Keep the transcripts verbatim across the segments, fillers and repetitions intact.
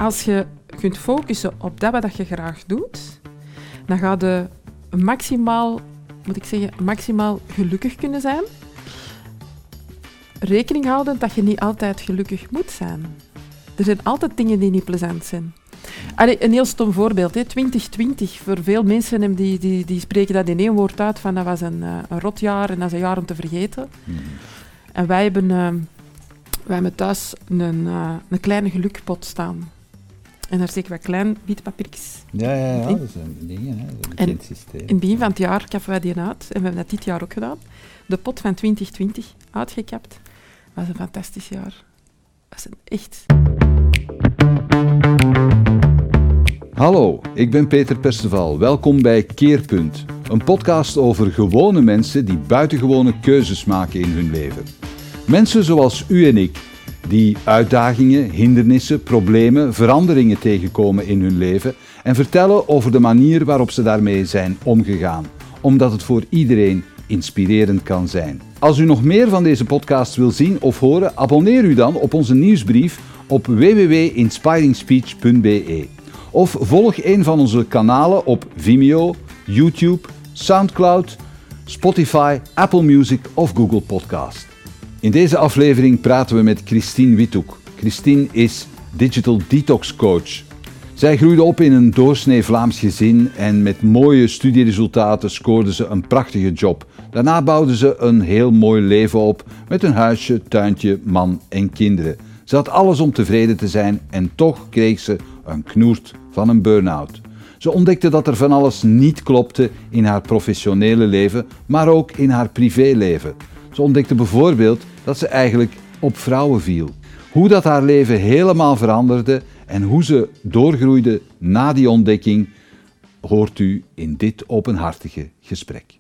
als je kunt focussen op dat wat je graag doet, dan ga je maximaal, moet ik zeggen, maximaal gelukkig kunnen zijn. Rekening houden dat je niet altijd gelukkig moet zijn. Er zijn altijd dingen die niet plezant zijn. Allee, een heel stom voorbeeld, hè. twintig twintig. Voor veel mensen die, die, die spreken dat in één woord uit, van dat was een, uh, een rotjaar en dat is een jaar om te vergeten. Mm. En wij hebben, uh, wij hebben thuis een, uh, een kleine gelukpot staan. En daar steken we klein wit papiertjes. Ja, ja, ja, dat zijn dingen, hè. Dat is een bekend systeem. In het begin van het jaar kappen wij die uit. En we hebben dat dit jaar ook gedaan. De pot van twintig twintig uitgekapt. Dat was een fantastisch jaar. Dat was een echt... Hallo, ik ben Peter Perceval. Welkom bij Keerpunt. Een podcast over gewone mensen die buitengewone keuzes maken in hun leven. Mensen zoals u en ik, die uitdagingen, hindernissen, problemen, veranderingen tegenkomen in hun leven en vertellen over de manier waarop ze daarmee zijn omgegaan, omdat het voor iedereen inspirerend kan zijn. Als u nog meer van deze podcast wil zien of horen, abonneer u dan op onze nieuwsbrief op w w w punt inspiring speech punt b e. Of volg een van onze kanalen op Vimeo, YouTube, Soundcloud, Spotify, Apple Music of Google Podcast. In deze aflevering praten we met Christine Withoek. Christine is Digital Detox Coach. Zij groeide op in een doorsnee Vlaams gezin en met mooie studieresultaten scoorde ze een prachtige job. Daarna bouwde ze een heel mooi leven op met een huisje, tuintje, man en kinderen. Ze had alles om tevreden te zijn en toch kreeg ze een knoert van een burn-out. Ze ontdekte dat er van alles niet klopte in haar professionele leven, maar ook in haar privéleven. Ze ontdekte bijvoorbeeld dat ze eigenlijk op vrouwen viel. Hoe dat haar leven helemaal veranderde en hoe ze doorgroeide na die ontdekking, hoort u in dit openhartige gesprek.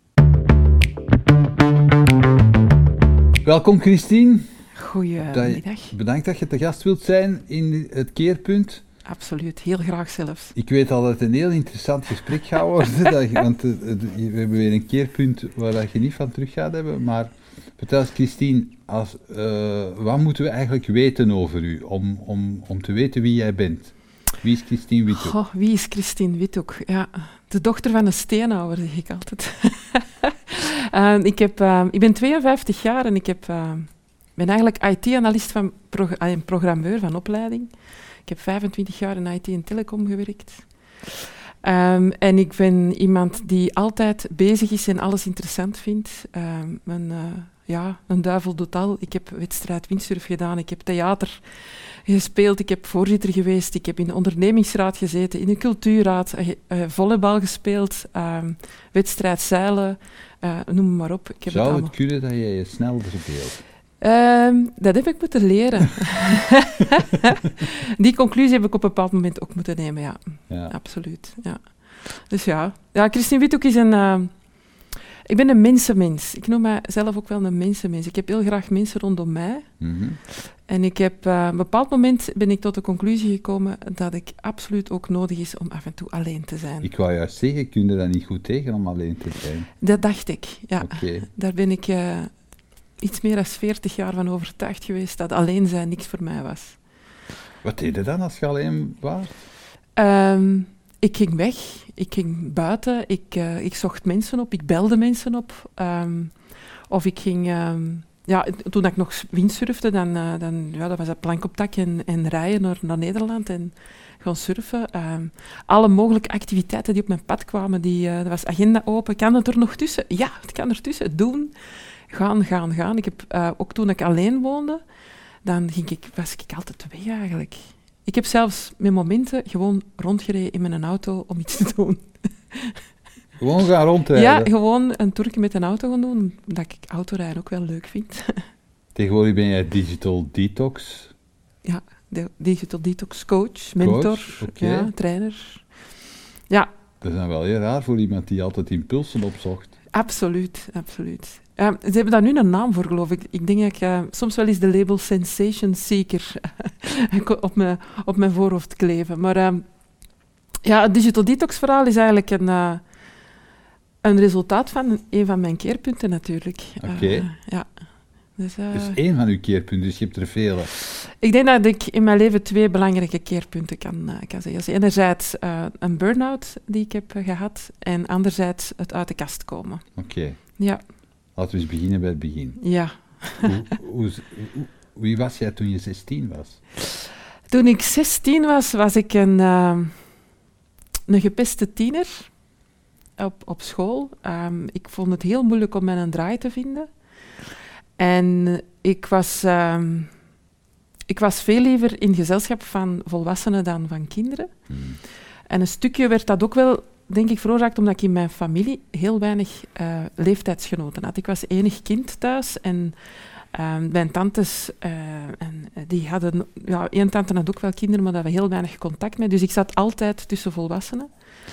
Welkom Christine. Goedemiddag. Bedankt dat je te gast wilt zijn in het Keerpunt. Absoluut, heel graag zelfs. Ik weet al dat het een heel interessant gesprek gaat worden, dat je, want uh, we hebben weer een keerpunt waar dat je niet van terug gaat hebben, maar vertel eens Christine, als, uh, wat moeten we eigenlijk weten over u, om, om, om te weten wie jij bent? Wie is Christine Withoek? Goh, wie is Christine Withoek? Ja, de dochter van een steenhouwer, zeg ik altijd. uh, ik, heb, uh, ik ben tweeënvijftig jaar en ik heb, uh, ben eigenlijk I T-analyst van prog- uh, programmeur van opleiding. Ik heb vijfentwintig jaar in I T en telecom gewerkt. Um, en ik ben iemand die altijd bezig is en alles interessant vindt. Um, een, uh, ja, een duivel doet al. Ik heb wedstrijd windsurf gedaan, ik heb theater gespeeld, ik heb voorzitter geweest, ik heb in de ondernemingsraad gezeten, in de cultuurraad, uh, uh, volleybal gespeeld, uh, wedstrijd zeilen, uh, noem maar op. Ik heb Zou het, het kunnen dat jij je snel verbeeldt? Um, dat heb ik moeten leren. Die conclusie heb ik op een bepaald moment ook moeten nemen, ja. ja. Absoluut, ja. Dus ja. Ja, Christine Withoek is een... Uh, ik ben een mensenmens. Ik noem mijzelf ook wel een mensenmens. Ik heb heel graag mensen rondom mij. Mm-hmm. En ik heb... Uh, op een bepaald moment ben ik tot de conclusie gekomen dat ik absoluut ook nodig is om af en toe alleen te zijn. Ik wou juist zeggen, kun je daar niet goed tegen om alleen te zijn? Dat dacht ik, ja. Okay. Daar ben ik... Uh, iets meer dan veertig jaar van overtuigd geweest dat alleen zijn niks voor mij was. Wat deed je dan als je alleen was? Um, ik ging weg, ik ging buiten, ik, uh, ik zocht mensen op, ik belde mensen op. Um, of ik ging... Um, ja, toen ik nog windsurfde, dan, uh, dan ja, dat was dat plank op tak en, en rijden naar, naar Nederland en gaan surfen. Um, alle mogelijke activiteiten die op mijn pad kwamen, die, uh, er was agenda open. Kan het er nog tussen? Ja, het kan er tussen. Doen. Gaan, gaan, gaan. Ik heb, uh, ook toen ik alleen woonde, dan ging ik, was ik altijd weg eigenlijk. Ik heb zelfs met momenten gewoon rondgereden in mijn auto om iets te doen. Gewoon gaan rondrijden? Ja, gewoon een toertje met een auto gaan doen, omdat ik autorijden ook wel leuk vind. Tegenwoordig ben jij Digital Detox? Ja, de Digital Detox coach, mentor, coach, okay. Ja, trainer. Ja. Dat is dan wel heel raar voor iemand die altijd impulsen opzocht. Absoluut, absoluut. Uh, ze hebben daar nu een naam voor, geloof ik. Ik denk dat ik uh, soms wel eens de label Sensation Seeker op, mijn, op mijn voorhoofd kleven. Maar uh, ja, het Digital Detox verhaal is eigenlijk een, uh, een resultaat van een van mijn keerpunten natuurlijk. Oké. Okay. Uh, ja. Dus, uh, dus één van uw keerpunten, dus je hebt er vele. Ik denk dat ik in mijn leven twee belangrijke keerpunten kan, uh, kan zeggen. Dus enerzijds uh, een burn-out die ik heb uh, gehad en anderzijds het uit de kast komen. Oké. Okay. Ja. Laten we eens beginnen bij het begin. Ja. hoe, hoe, hoe, wie was jij toen je zestien was? Toen ik zestien was, was ik een, uh, een gepeste tiener op, op school. Um, ik vond het heel moeilijk om mijn draai te vinden. En ik was, um, ik was veel liever in gezelschap van volwassenen dan van kinderen. Hmm. En een stukje werd dat ook wel, denk ik, veroorzaakt omdat ik in mijn familie heel weinig uh, leeftijdsgenoten had. Ik was enig kind thuis en uh, mijn tantes, uh, en, die hadden, ja, één tante had ook wel kinderen, maar daar hadden we heel weinig contact mee. Dus ik zat altijd tussen volwassenen.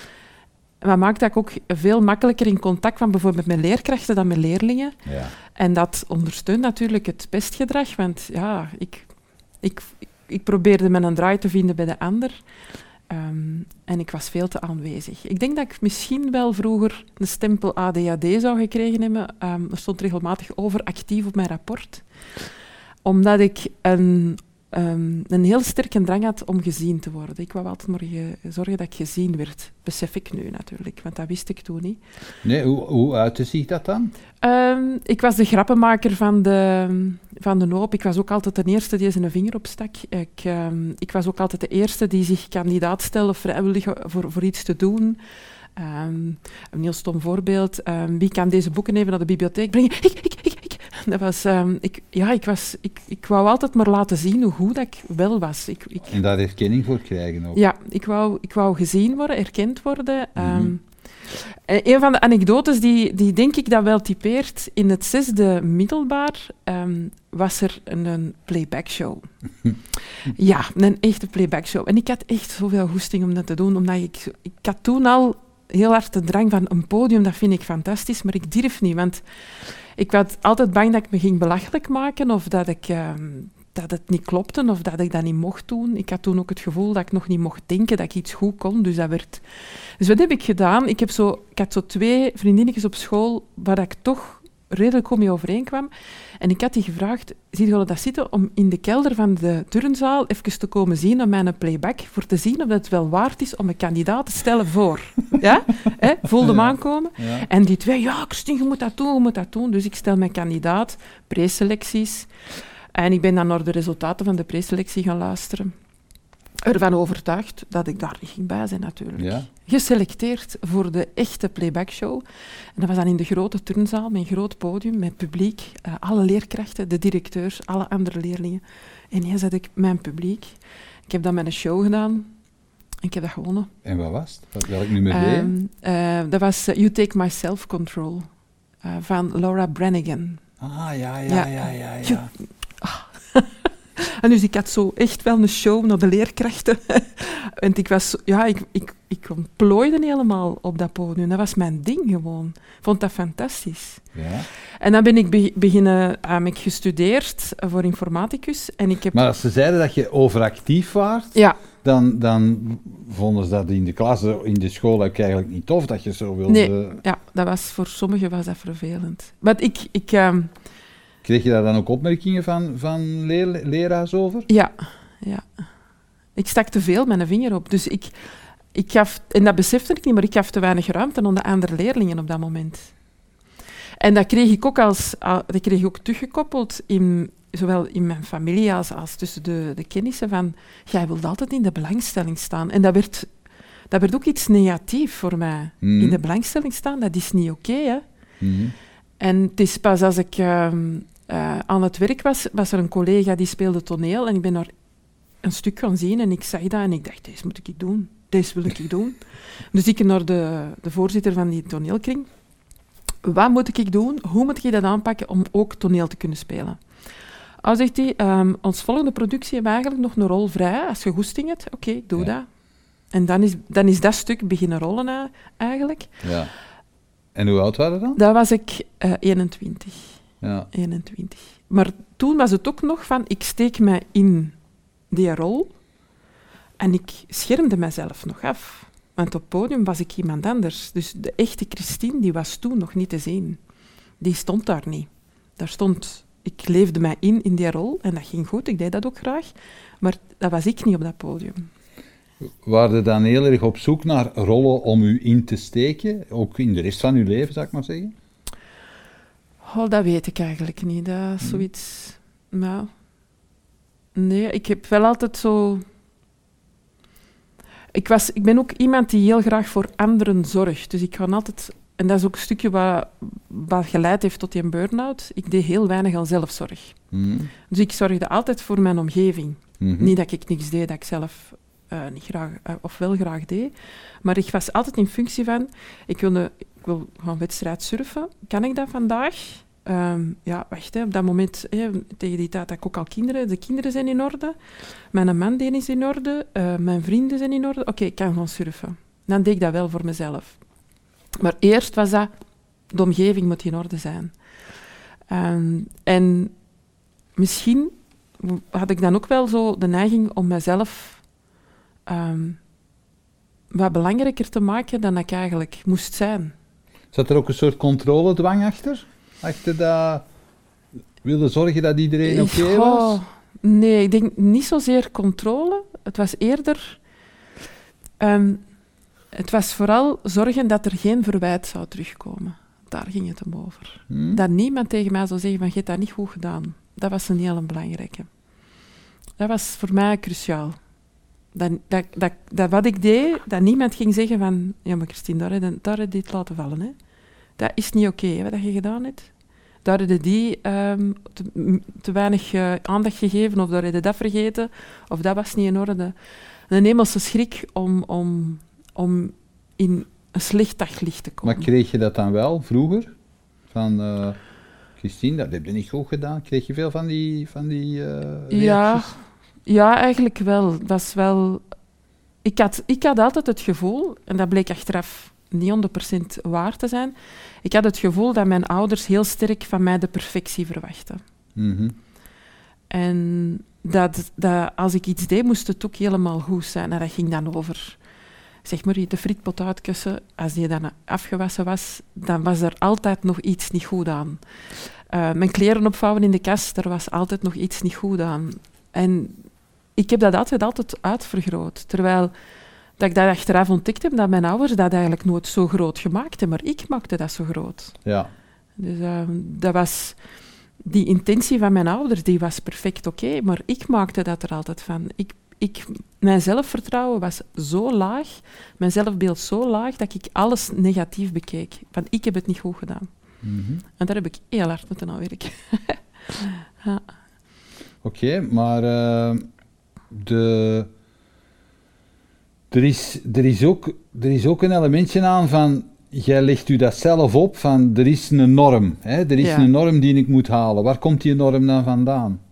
En dat maakt dat ik ook veel makkelijker in contact kwam, bijvoorbeeld met leerkrachten dan met leerlingen. Ja. En dat ondersteunt natuurlijk het pestgedrag, want ja, ik, ik, ik probeerde mijn draai te vinden bij de ander. Um, en ik was veel te aanwezig. Ik denk dat ik misschien wel vroeger een stempel A D H D zou gekregen hebben. Um, er stond regelmatig overactief op mijn rapport. Omdat ik een... Um, een heel sterke drang had om gezien te worden. Ik wou altijd maar ge- zorgen dat ik gezien werd. Besef ik nu natuurlijk, want dat wist ik toen niet. Nee, hoe, hoe uitte zich dat dan? Um, ik was de grappenmaker van de, van de hoop. Ik was ook altijd de eerste die zijn vinger opstak. Ik, um, ik was ook altijd de eerste die zich kandidaat stelde vrijwillig voor, voor iets te doen. Um, een heel stom voorbeeld. Um, wie kan deze boeken even naar de bibliotheek brengen? Ik, ik, ik, ik. Dat was, um, ik, ja, ik, was, ik, ik wou altijd maar laten zien hoe goed dat ik wel was. Ik, ik, en daar erkenning voor krijgen ook. Ja, ik wou, ik wou gezien worden, erkend worden. Mm-hmm. Um, een van de anekdotes die, die denk ik dat wel typeert, in het zesde middelbaar um, was er een, een playbackshow. Ja, een echte playbackshow. En ik had echt zoveel goesting om dat te doen, omdat ik, ik had toen al heel hard de drang van een podium, dat vind ik fantastisch, maar ik durf niet, want ik was altijd bang dat ik me ging belachelijk maken of dat, ik, um, dat het niet klopte of dat ik dat niet mocht doen. Ik had toen ook het gevoel dat ik nog niet mocht denken dat ik iets goed kon, dus dat werd... Dus wat heb ik gedaan? Ik, heb zo, ik had zo twee vriendinnetjes op school waar ik toch redelijk goed mee overeenkwam. En ik had die gevraagd, zie je dat zitten, om in de kelder van de turnzaal even te komen zien op mijn playback, voor te zien of het wel waard is om een kandidaat te stellen voor. Ja? He? Voelde me aankomen. Ja. En die twee, ja, Christine, je moet dat doen, je moet dat doen. Dus ik stel mijn kandidaat, preselecties. En ik ben dan naar de resultaten van de preselectie gaan luisteren. Ervan overtuigd dat ik daar niet ging bij zijn, natuurlijk. Ja. Geselecteerd voor de echte playbackshow. En dat was dan in de grote turnzaal, met een groot podium, met publiek. Uh, alle leerkrachten, de directeurs, alle andere leerlingen. En hier zat ik mijn publiek. Ik heb dan mijn show gedaan. Ik heb dat gewonnen. En wat was het? Welk nummer deed um, uh, Dat was uh, You Take My Self-Control uh, van Laura Branigan. Ah, ja, ja, ja, ja, ja. ja. En dus ik had zo echt wel een show naar de leerkrachten. En ik was, ja, ik, ik, ik ontplooide helemaal op dat podium. Dat was mijn ding gewoon. Ik vond dat fantastisch. Ja. En dan ben ik be- beginnen, um, ik gestudeerd voor informaticus. En ik heb... Maar als ze zeiden dat je overactief was, ja. dan, dan vonden ze dat in de klas, in de school ook eigenlijk niet tof, dat je zo wilde... Nee, ja, dat was, voor sommigen was dat vervelend. Maar ik... ik um, Kreeg je daar dan ook opmerkingen van, van leer, leraars over? Ja, ja. Ik stak te veel mijn vinger op. Dus ik, ik gaf, en dat besefte ik niet, maar ik gaf te weinig ruimte aan de andere leerlingen op dat moment. En dat kreeg ik ook, als, dat kreeg ik ook teruggekoppeld, in, zowel in mijn familie als, als tussen de, de kennissen, van jij wilt altijd in de belangstelling staan. En dat werd, dat werd ook iets negatiefs voor mij. Mm. In de belangstelling staan, dat is niet oké, okay, hè. Mm. En het is pas als ik uh, uh, aan het werk was, was er een collega die speelde toneel en ik ben daar een stuk gaan zien en ik zag dat en ik dacht, deze moet ik doen, deze wil ik doen. Dus ik naar de, de voorzitter van die toneelkring. Wat moet ik doen? Hoe moet ik dat aanpakken om ook toneel te kunnen spelen? Al zegt hij, um, ons volgende productie hebben we eigenlijk nog een rol vrij. Als je goesting hebt, oké, okay, doe ja. dat. En dan is, dan is dat stuk beginnen rollen uh, eigenlijk. Ja. En hoe oud waren dan? Dat was ik uh, eenentwintig. Ja. eenentwintig. Maar toen was het ook nog van, ik steek mij in die rol en ik schermde mezelf nog af. Want op het podium was ik iemand anders. Dus de echte Christine, die was toen nog niet te zien. Die stond daar niet. Daar stond ik leefde mij in in die rol en dat ging goed, ik deed dat ook graag. Maar dat was ik niet op dat podium. Waren je dan heel erg op zoek naar rollen om u in te steken? Ook in de rest van uw leven, zou ik maar zeggen? Oh, dat weet ik eigenlijk niet. Dat is zoiets... Nou, nee, ik heb wel altijd zo... Ik, was, ik ben ook iemand die heel graag voor anderen zorgt. Dus ik ga altijd... En dat is ook een stukje wat, wat geleid heeft tot die burn-out. Ik deed heel weinig aan zelfzorg. Mm. Dus ik zorgde altijd voor mijn omgeving. Mm-hmm. Niet dat ik niks deed dat ik zelf uh, niet graag, uh, of wel graag deed. Maar ik was altijd in functie van... Ik, wilde, ik wil gaan wedstrijd surfen. Kan ik dat vandaag? Um, ja, wacht, hè, op dat moment, hè, tegen die tijd had ik ook al kinderen. De kinderen zijn in orde. Mijn man die is in orde. Uh, mijn vrienden zijn in orde. Oké, okay, ik kan gaan surfen. Dan deed ik dat wel voor mezelf. Maar eerst was dat... De omgeving moet in orde zijn. Um, en misschien had ik dan ook wel zo de neiging om mezelf um, wat belangrijker te maken dan ik eigenlijk moest zijn. Zat er ook een soort controledwang achter? Achter dat... Wilde zorgen dat iedereen oké okay was? Nee, ik denk niet zozeer controle. Het was eerder... Um, het was vooral zorgen dat er geen verwijt zou terugkomen. Daar ging het om over. Hmm. Dat niemand tegen mij zou zeggen van, je hebt dat niet goed gedaan. Dat was een heel belangrijke. Dat was voor mij cruciaal. Dat, dat, dat, dat wat ik deed, dat niemand ging zeggen van... Ja, maar Christine, daar heb je, daar heb je dit laten vallen. Hè. Dat is niet oké, okay, wat je gedaan hebt. Daar heb je die um, te, te weinig uh, aandacht gegeven, of daar heb je dat vergeten, of dat was niet in orde. Een hemelse schrik om, om, om in een slecht daglicht te komen. Maar kreeg je dat dan wel, vroeger? Van... Uh... Christine, dat heb je niet goed gedaan. Kreeg je veel van die, van die uh, reacties? Ja, ja, eigenlijk wel. Dat is wel... Ik had, ik had altijd het gevoel, en dat bleek achteraf niet honderd procent waar te zijn, ik had het gevoel dat mijn ouders heel sterk van mij de perfectie verwachten. Mm-hmm. En dat, dat als ik iets deed, moest het ook helemaal goed zijn. En dat ging dan over... Zeg maar, de frietpot uitkussen, als die dan afgewassen was, dan was er altijd nog iets niet goed aan. Uh, mijn kleren opvouwen in de kast, er was altijd nog iets niet goed aan. En ik heb dat altijd, altijd uitvergroot. Terwijl dat ik dat achteraf ontdekt heb, dat mijn ouders dat eigenlijk nooit zo groot gemaakt hebben, maar ik maakte dat zo groot. Ja. Dus uh, dat was... Die intentie van mijn ouders, die was perfect oké, okay, maar ik maakte dat er altijd van. Ik Ik, mijn zelfvertrouwen was zo laag, mijn zelfbeeld zo laag, dat ik alles negatief bekeek. Van, ik heb het niet goed gedaan. Mm-hmm. En daar heb ik heel hard moeten aan werken. Ja. Oké, okay, maar uh, de, er, is, er, is ook, er is ook een elementje aan van, jij legt u dat zelf op, van er is een norm. Hè? Er is ja. een norm die ik moet halen. Waar komt die norm dan vandaan?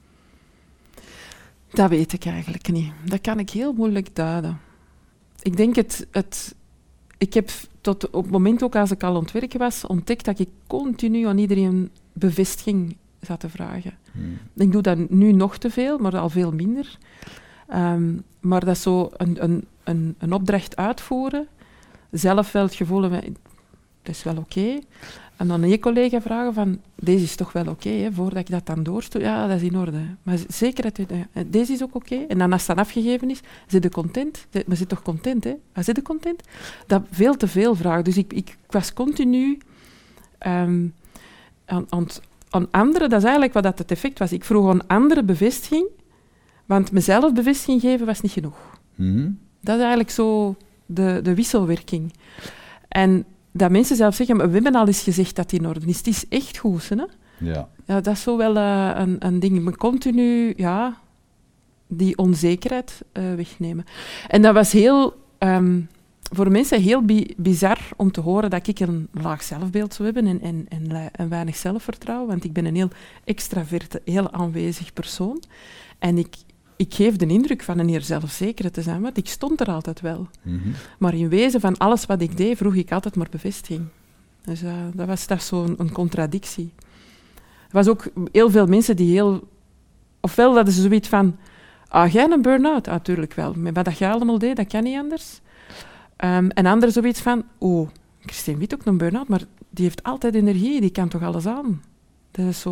Dat weet ik eigenlijk niet. Dat kan ik heel moeilijk duiden. Ik denk het... het ik heb tot op het moment ook als ik al aan het werken was, ontdekt dat ik continu aan iedereen bevestiging zat te vragen. Hmm. Ik doe dat nu nog te veel, maar al veel minder. Um, maar dat is zo een, een, een, een opdracht uitvoeren. Zelf wel het gevoel hebben, dat is wel oké. Okay. En dan een collega vragen van, deze is toch wel oké, okay, voordat ik dat dan doorstuur. Ja, dat is in orde. Maar zeker, dat je, uh, deze is ook oké. Okay. En dan als het dan afgegeven is, zit je content? Maar zit toch content, hè? Ah, zit je content? Dat veel te veel vragen. Dus ik, ik, ik was continu um, aan, aan, aan anderen, dat is eigenlijk wat dat het effect was. Ik vroeg aan anderen bevestiging, want mezelf bevestiging geven was niet genoeg. Mm-hmm. Dat is eigenlijk zo de, de wisselwerking. En dat mensen zelf zeggen, maar we hebben al eens gezegd dat het in orde is. Het is echt goed, hè? Ja. Ja, dat is zo wel uh, een, een ding. Maar continu, ja, die onzekerheid uh, wegnemen. En dat was heel, um, voor mensen heel bi- bizar om te horen dat ik een laag zelfbeeld zou hebben en, en, en, en weinig zelfvertrouwen, want ik ben een heel extraverte, heel aanwezig persoon. En ik, ik geef de indruk van een heer zelfzekere te zijn, want ik stond er altijd wel. Mm-hmm. Maar in wezen van alles wat ik deed, vroeg ik altijd maar bevestiging. Dus uh, dat was dat zo'n een contradictie. Er was ook heel veel mensen die heel... Ofwel dat is zoiets van... Ah, jij een burn-out? Natuurlijk wel. Met wat jij allemaal deed, dat kan niet anders. Um, en anderen zoiets van... Oh, Christine Witt ook een burn-out, maar die heeft altijd energie, die kan toch alles aan? Dat is zo...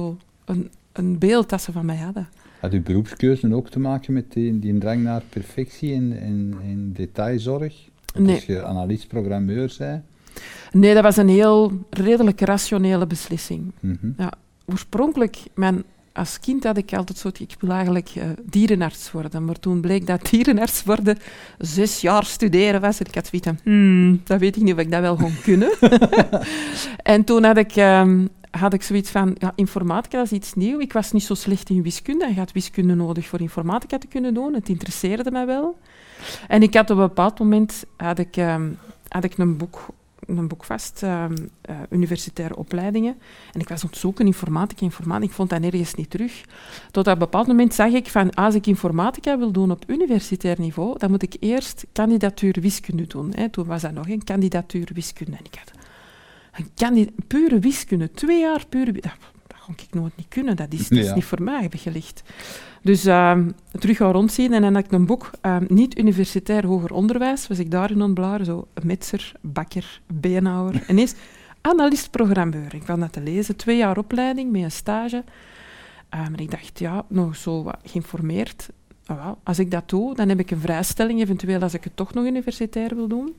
een, een beeld dat ze van mij hadden. Had uw beroepskeuze ook te maken met die, die drang naar perfectie en, en, en detailzorg? Nee. Als je analist-programmeur zei? Nee, dat was een heel redelijk rationele beslissing. Mm-hmm. Ja, oorspronkelijk, mijn, als kind had ik altijd zo, ik wil eigenlijk uh, dierenarts worden. Maar toen bleek dat dierenarts worden zes jaar studeren was. En ik had zoiets van, hmm, dat weet ik niet of ik dat wel gewoon kunnen. En toen had ik, um, had ik zoiets van, ja, informatica, dat is iets nieuws. Ik was niet zo slecht in wiskunde. En je had wiskunde nodig voor informatica te kunnen doen. Het interesseerde mij wel. En ik had op een bepaald moment, had ik, um, had ik een boek... een boek vast, uh, uh, universitaire opleidingen. En ik was aan het zoeken, informatica, informatica. Ik vond dat nergens niet terug. Tot op een bepaald moment zag ik van, als ik informatica wil doen op universitair niveau, dan moet ik eerst kandidatuur wiskunde doen. Hè. Toen was dat nog een kandidatuur wiskunde. En ik had een candida- pure wiskunde, twee jaar pure wiskunde. Dat, dat kon ik nooit niet kunnen, dat is, dat is ja. niet voor mij, heb ik gelicht. Dus uh, terug gaan rondzien en dan had ik een boek, uh, niet universitair hoger onderwijs, was ik daarin aan het bladeren, zo metser, bakker, beenhouwer. En eens analist-programmeur. Ik kwam dat te lezen, twee jaar opleiding met een stage. Uh, maar ik dacht, ja, nog zo wat geïnformeerd. Oh, well, als ik dat doe, dan heb ik een vrijstelling, eventueel als ik het toch nog universitair wil doen.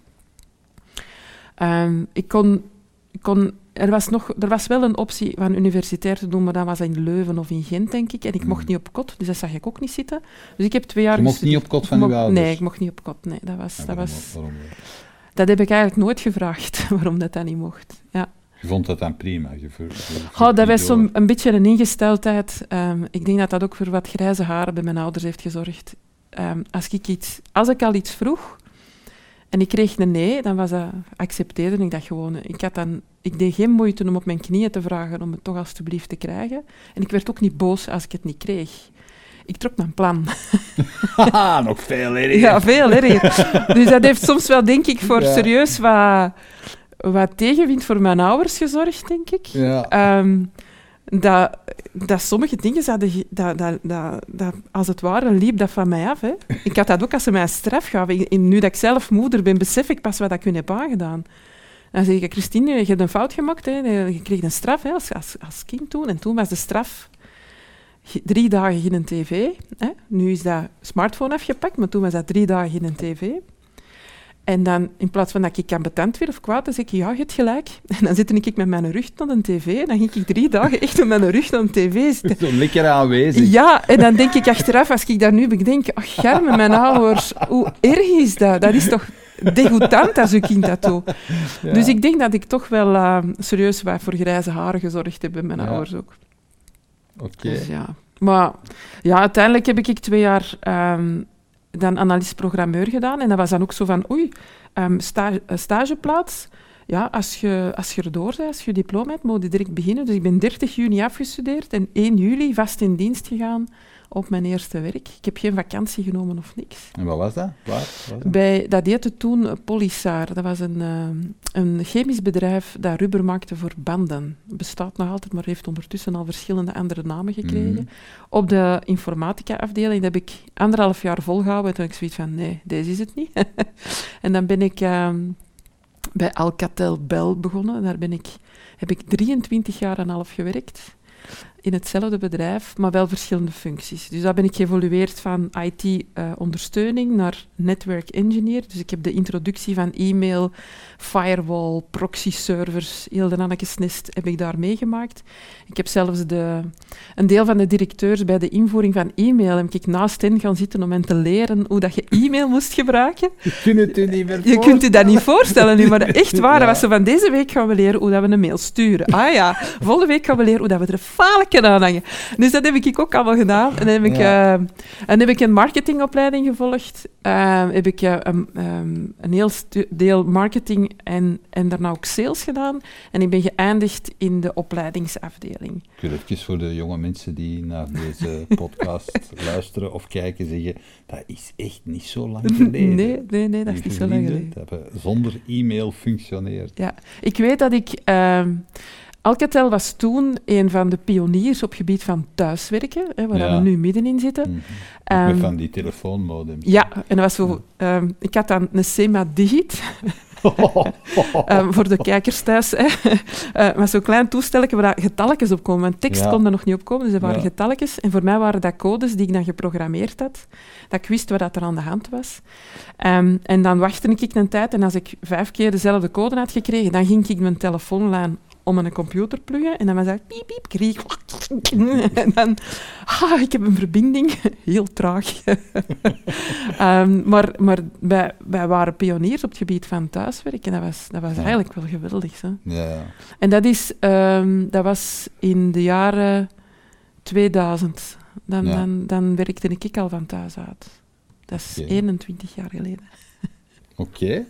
Um, ik kon... Ik kon Er was, nog, er was wel een optie van universitair te doen, maar dat was in Leuven of in Gent, denk ik. En ik mocht niet op kot, dus dat zag ik ook niet zitten. Dus ik heb twee jaar... Je mocht niet op kot van uw ouders? Nee, ik mocht niet op kot. Nee, dat was... Ja, dat, waarom, was waarom? dat heb ik eigenlijk nooit gevraagd, waarom dat, dat niet mocht. Ja. Je vond dat dan prima? Je ver, je oh, dat was zo'n een beetje een ingesteldheid. Um, ik denk dat dat ook voor wat grijze haren bij mijn ouders heeft gezorgd. Um, als, ik iets, als ik al iets vroeg en ik kreeg een nee, dan was dat accepteerde ik dat gewoon. Ik, had dan, ik deed geen moeite om op mijn knieën te vragen om het toch alstublieft te krijgen. En ik werd ook niet boos als ik het niet kreeg. Ik trok mijn plan. Haha, nog veel erger. Ja, veel erger. Dus dat heeft soms wel, denk ik, voor ja. serieus wat, wat tegenwind voor mijn ouders gezorgd, denk ik. Ja. Um, dat, dat sommige dingen, dat, dat, dat, dat, dat, als het ware, liep dat van mij af. Hè. Ik had dat ook als ze mij een straf gaven. En nu dat ik zelf moeder ben, besef ik pas wat ik hun heb aangedaan. Dan zeg ik, Christine, je hebt een fout gemaakt. Hè. Je kreeg een straf hè, als, als, als kind toen. En toen was de straf drie dagen in een tv. Hè. Nu is dat smartphone afgepakt, maar toen was dat drie dagen in een tv. En dan, in plaats van dat ik ambetant werd of kwaad, dan zeg ik, ja, je hebt gelijk. En dan zit ik met mijn rug naar een tv. En dan ging ik drie dagen echt met mijn rug naar een tv zitten. Zo lekker aanwezig. Ja, en dan denk ik achteraf, als ik daar nu bedenk, ach, Germe, mijn ouders, hoe erg is dat? Dat is toch degoutant als uw kind dat doet. Ja. Dus ik denk dat ik toch wel uh, serieus wat voor grijze haren gezorgd heb bij mijn ja. ouders ook. Oké. Okay. Dus ja. Maar ja, uiteindelijk heb ik twee jaar... Um, dan analist-programmeur gedaan. En dat was dan ook zo van, oei, um, sta- stageplaats. Ja, als je, als je erdoor bent, als je diploma hebt, moet je direct beginnen. Dus ik ben dertig juni afgestudeerd en één juli vast in dienst gegaan op mijn eerste werk. Ik heb geen vakantie genomen of niks. En wat was dat? Waar was dat? Bij, dat heette toen Polysaar. Dat was een, uh, een chemisch bedrijf dat rubber maakte voor banden. Bestaat nog altijd, maar heeft ondertussen al verschillende andere namen gekregen. Mm-hmm. Op de informatica-afdeling heb ik anderhalf jaar volgehouden. En toen heb ik zoiets van, nee, deze is het niet. En dan ben ik uh, bij Alcatel Bell begonnen. Daar ben ik, heb ik drieëntwintig jaar en half gewerkt. In hetzelfde bedrijf, maar wel verschillende functies. Dus daar ben ik geëvolueerd van I T-ondersteuning uh, naar network engineer. Dus ik heb de introductie van e-mail, firewall, proxy-servers, heel de annekesnest heb ik daar meegemaakt. Ik heb zelfs de, een deel van de directeurs bij de invoering van e-mail heb ik naast hen gaan zitten om hen te leren hoe dat je e-mail moest gebruiken. Je kunt het u niet meer Je kunt je dat niet voorstellen nu, maar echt waar. Ja. Was zo van deze week gaan we leren hoe dat we een mail sturen. Ah ja, volgende week gaan we leren hoe dat we er een falen aanhangen. Dus dat heb ik ook allemaal gedaan. En dan heb ik, ja. uh, en heb ik een marketingopleiding gevolgd. Uh, heb ik uh, um, um, een heel stu- deel marketing en, en daarna ook sales gedaan. En ik ben geëindigd in de opleidingsafdeling. Ik wil even voor de jonge mensen die naar deze podcast luisteren of kijken zeggen, dat is echt niet zo lang geleden. Nee, nee, nee, dat is niet zo lang geleden. Dat hebben zonder e-mail functioneert. Ja, ik weet dat ik... Uh, Alcatel was toen een van de pioniers op het gebied van thuiswerken, hè, waar ja. we nu middenin zitten. Mm-hmm. Um, Met van die telefoonmodems. Ja, en dat was zo... Ja. Um, ik had dan een Sema Digit. um, voor de kijkers thuis. Hè. uh, met zo'n klein toestelletje waar getalletjes op komen. Want tekst Ja. kon er nog niet op komen, dus er waren Ja. getalletjes. En voor mij waren dat codes die ik dan geprogrammeerd had. Dat ik wist wat dat er aan de hand was. Um, en dan wachtte ik een tijd en als ik vijf keer dezelfde code had gekregen, dan ging ik mijn telefoonlijn om een computer pluggen en dan was dat piep, piep, kriek. En dan, ah, ik heb een verbinding. Heel traag. um, maar maar wij, wij waren pioniers op het gebied van thuiswerk en dat was, dat was Ja. eigenlijk wel geweldig. Hè. Ja, ja. En dat, is, um, dat was in de jaren tweeduizend. Dan, Ja. dan, dan werkte ik al van thuis uit. Dat is Oké. eenentwintig jaar geleden. Oké.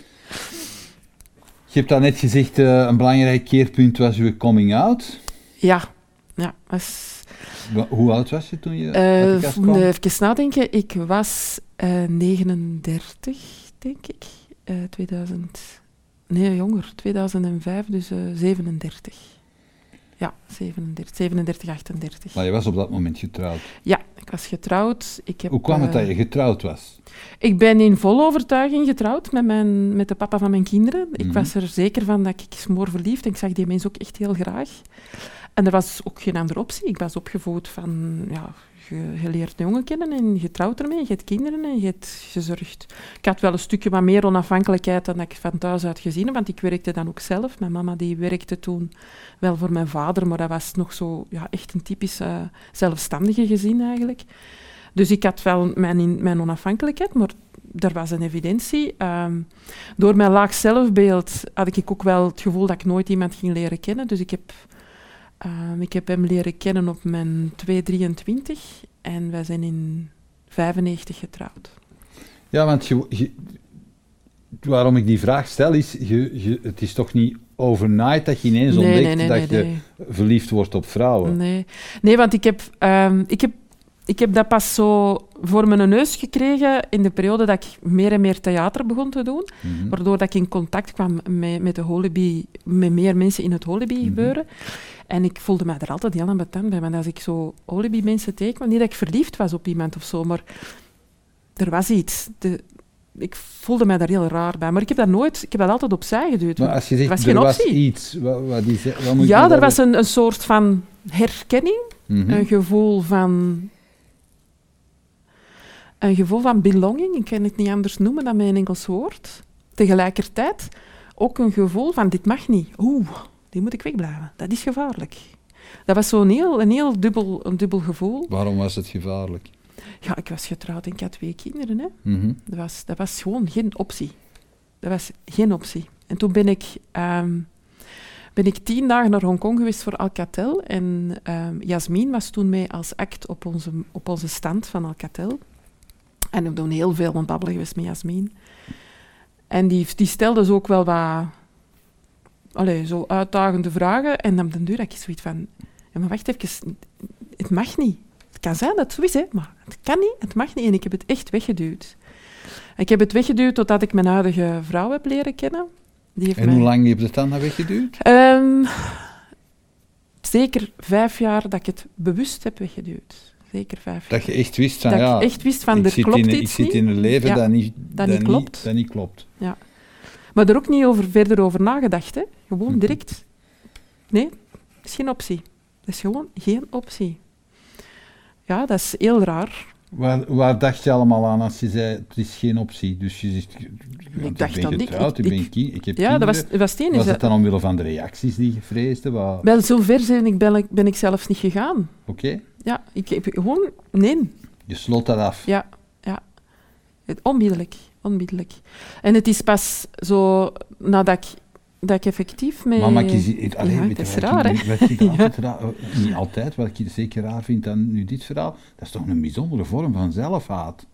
Je hebt al net gezegd, uh, een belangrijk keerpunt was uw coming out. Ja, ja. Was, Wa- Hoe oud was je toen je uh, uit de kast kwam? even nadenken. Ik was uh, negenendertig, denk ik. Uh, tweeduizend... Nee, jonger. tweeduizend vijf, dus uh, zevenendertig. Ja, zevenendertig, zevenendertig, achtendertig. Maar je was op dat moment getrouwd. Ja, ik was getrouwd. Ik heb, Hoe kwam het uh, dat je getrouwd was? Ik ben in volle overtuiging getrouwd met, mijn, met de papa van mijn kinderen. Ik Mhm. was er zeker van dat ik smoor verliefd en ik zag die mens ook echt heel graag. En er was ook geen andere optie. Ik was opgevoed van, ja, je, je leert een jongen kennen en je trouwt ermee, je hebt kinderen en je hebt gezorgd. Ik had wel een stukje wat meer onafhankelijkheid dan ik van thuis uit gezien heb, want ik werkte dan ook zelf. Mijn mama die werkte toen wel voor mijn vader, maar dat was nog zo, ja, echt een typisch uh, zelfstandige gezin eigenlijk. Dus ik had wel mijn, in, mijn onafhankelijkheid, maar er was een evidentie. Um, door mijn laag zelfbeeld had ik ook wel het gevoel dat ik nooit iemand ging leren kennen. Dus ik heb, um, ik heb hem leren kennen op mijn twee drieëntwintig en wij zijn in vijfennegentig getrouwd. Ja, want je, je, waarom ik die vraag stel is, je, je, het is toch niet overnight dat je ineens Nee, ontdekt nee, nee, dat nee, je nee. verliefd wordt op vrouwen. Nee, nee want ik heb, um, ik, heb, ik heb dat pas zo voor mijn neus gekregen in de periode dat ik meer en meer theater begon te doen. Mhm. Waardoor dat ik in contact kwam met, met de Holibi, met meer mensen in het Holibi-gebeuren. Mhm. En ik voelde mij er altijd heel ambetant bij. Want als ik zo Holibi-mensen tegenkwam, niet dat ik verliefd was op iemand of zo, maar er was iets. De, ik voelde mij daar heel raar bij. Maar ik heb dat nooit, ik heb dat altijd opzij geduwd. Maar als je zegt, was er geen was optie. iets, wat, wat is, wat moet Ja, je er daar- was een, een soort van herkenning, Mhm. een gevoel van... Een gevoel van belonging, ik kan het niet anders noemen dan met een Engels woord. Tegelijkertijd ook een gevoel van, dit mag niet. Oeh, die moet ik wegblijven. Dat is gevaarlijk. Dat was zo'n heel, een heel dubbel, een dubbel gevoel. Waarom was het gevaarlijk? Ja, ik was getrouwd en ik had twee kinderen. Hè. Mhm. Dat, was, dat was gewoon geen optie. Dat was geen optie. En toen ben ik, um, ben ik tien dagen naar Hongkong geweest voor Alcatel. En um, Jasmin was toen mee als act op onze, op onze stand van Alcatel. En we doen heel veel aan babbelen geweest met Jasmin. En die, die stelde dus ook wel wat allee, zo uitdagende vragen. En dan op den duur had ik zoiets van... Ja, maar wacht even, het mag niet. Het kan zijn dat het zo is, hè, maar het kan niet, het mag niet. En ik heb het echt weggeduwd. Ik heb het weggeduwd totdat ik mijn huidige vrouw heb leren kennen. Die heeft En mij, hoe lang heb je het dan weggeduwd? Um, zeker vijf jaar dat ik het bewust heb weggeduwd. Zeker vijf jaar. Dat je echt wist van, dat ja... ik echt wist van, ik er zit klopt in, iets Ik zit niet. in een leven Ja, dat, niet, dat niet klopt. dat niet klopt. Ja. Maar er ook niet over, verder over nagedacht. Hè. Gewoon Mhm. direct. Nee, dat is geen optie. Dat is gewoon geen optie. Ja, dat is heel raar. Waar, waar dacht je allemaal aan als je zei, het is geen optie? Dus je zegt, want dacht ik dan ben niet. getrouwd, Ik- ik, ben ik- ki- ik heb Ja, dat kinderen. was, dat was het ene. Was Ze- het dan omwille van de reacties die je vreesde? Wat- Oké. Wel, zover ben ik, ben, ik, ben ik zelfs niet gegaan. Ja, ik heb gewoon... Nee. Je slot dat af. Ja, ja. Het, onmiddellijk, onmiddellijk. En het is pas zo nadat ik, dat ik effectief mee... Mama, ik is, het, allee, Ja, weet dat je is wat ik- raar, hè? wat ik Ja. altijd raar- eh, niet altijd, wat ik zeker raar vind dan nu dit verhaal, dat is toch een bijzondere vorm van zelfhaat.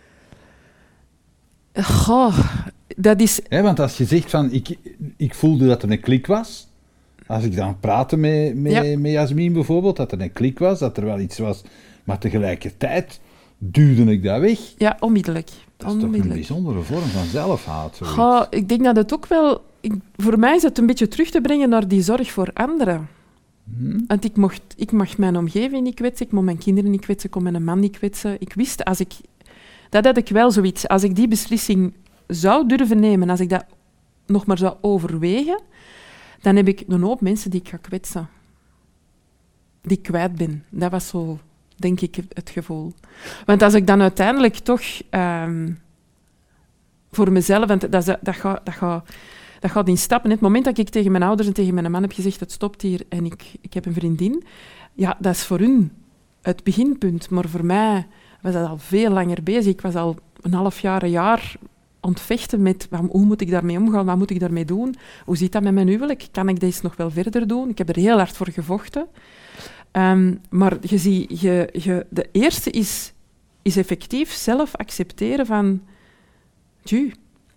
Goh, dat is... Hè, want als je zegt van, ik, ik voelde dat er een klik was, als ik dan praatte met, met, Ja. met Jasmin bijvoorbeeld, dat er een klik was, dat er wel iets was, maar tegelijkertijd duwde ik dat weg. Ja, onmiddellijk. Dat is toch een onmiddellijk. bijzondere vorm van zelfhaat. zoiets. Goh, ik denk dat het ook wel... Ik, voor mij is het een beetje terug te brengen naar die zorg voor anderen. Hm? Want ik, mocht, ik mag mijn omgeving niet kwetsen, ik mag mijn kinderen niet kwetsen, ik kon mijn man niet kwetsen. Ik wist, als ik... Dat had ik wel zoiets. Als ik die beslissing zou durven nemen, als ik dat nog maar zou overwegen, dan heb ik een hoop mensen die ik ga kwetsen. Die ik kwijt ben. Dat was zo, denk ik, het gevoel. Want als ik dan uiteindelijk toch um, voor mezelf... Want dat, dat, dat, gaat, dat, gaat, dat gaat in stappen. Het moment dat ik tegen mijn ouders en tegen mijn man heb gezegd, het stopt hier en ik, ik heb een vriendin, ja, dat is voor hun het beginpunt. Maar voor mij was dat al veel langer bezig. Ik was al een half jaar, een jaar ontvechten met hoe moet ik daarmee omgaan, wat moet ik daarmee doen, hoe zit dat met mijn huwelijk, kan ik deze nog wel verder doen? Ik heb er heel hard voor gevochten. Um, maar je ziet, je, je, de eerste is, is effectief zelf accepteren van, tju,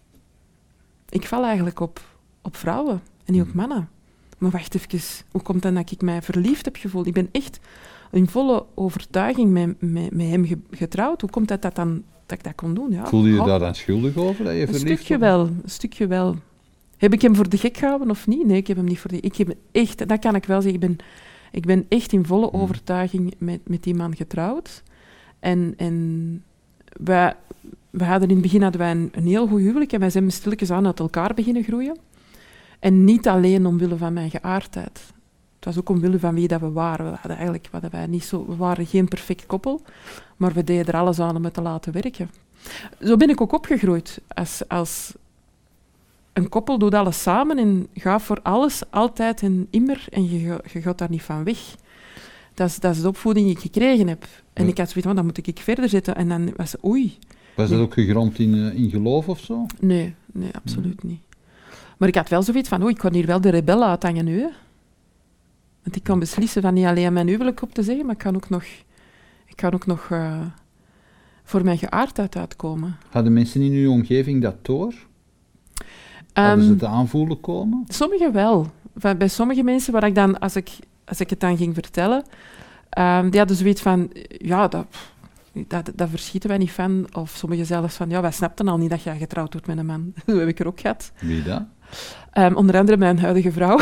ik val eigenlijk op, op vrouwen en niet op mannen. Maar wacht even, hoe komt het dat ik mij verliefd heb gevoeld? Ik ben echt in volle overtuiging met, met, met hem getrouwd. Hoe komt het dat dan dat ik dat kon doen? Ja, voelde je oh, daar dan schuldig over, dat je verliefd Een stukje was? wel, een stukje wel. Heb ik hem voor de gek gehouden of niet? Nee, ik heb hem niet voor de gek. Ik heb echt, dat kan ik wel zeggen, ik ben, ik ben echt in volle hmm. overtuiging met, met die man getrouwd. En, en wij, wij hadden in het begin hadden wij een, een heel goed huwelijk en wij zijn stilletjes aan uit elkaar beginnen groeien. En niet alleen omwille van mijn geaardheid. Het was ook omwille van wie dat we waren. We hadden eigenlijk, we, hadden wij niet zo, we waren geen perfect koppel, maar we deden er alles aan om het te laten werken. Zo ben ik ook opgegroeid. Als, als een koppel doet alles samen en gaat voor alles altijd en immer en je, je gaat daar niet van weg. Dat is, dat is de opvoeding die ik gekregen heb. En ja. ik had zoiets van, dan moet ik verder zetten. En dan was het, oei. Was dat nee. ook gegrond in, uh, in geloof of zo? Nee, nee, absoluut nee. niet. Maar ik had wel zoiets van, oei, ik kan hier wel de rebel uithangen nu, hè. Want ik kan beslissen van niet alleen mijn huwelijk op te zeggen, maar ik kan ook nog, ik kan ook nog uh, voor mijn geaardheid uitkomen. Hadden mensen in uw omgeving dat door? Hadden um, ze het aanvoelen komen? Sommigen wel. Van, bij sommige mensen, waar ik dan, als ik, als ik het dan ging vertellen, um, die hadden zoiets van, ja, dat, dat, dat verschieten wij niet van. Of sommigen zelfs van, ja, wij snapten al niet dat jij getrouwd wordt met een man. Zo heb ik er ook gehad. Wie dat? Um, onder andere mijn huidige vrouw.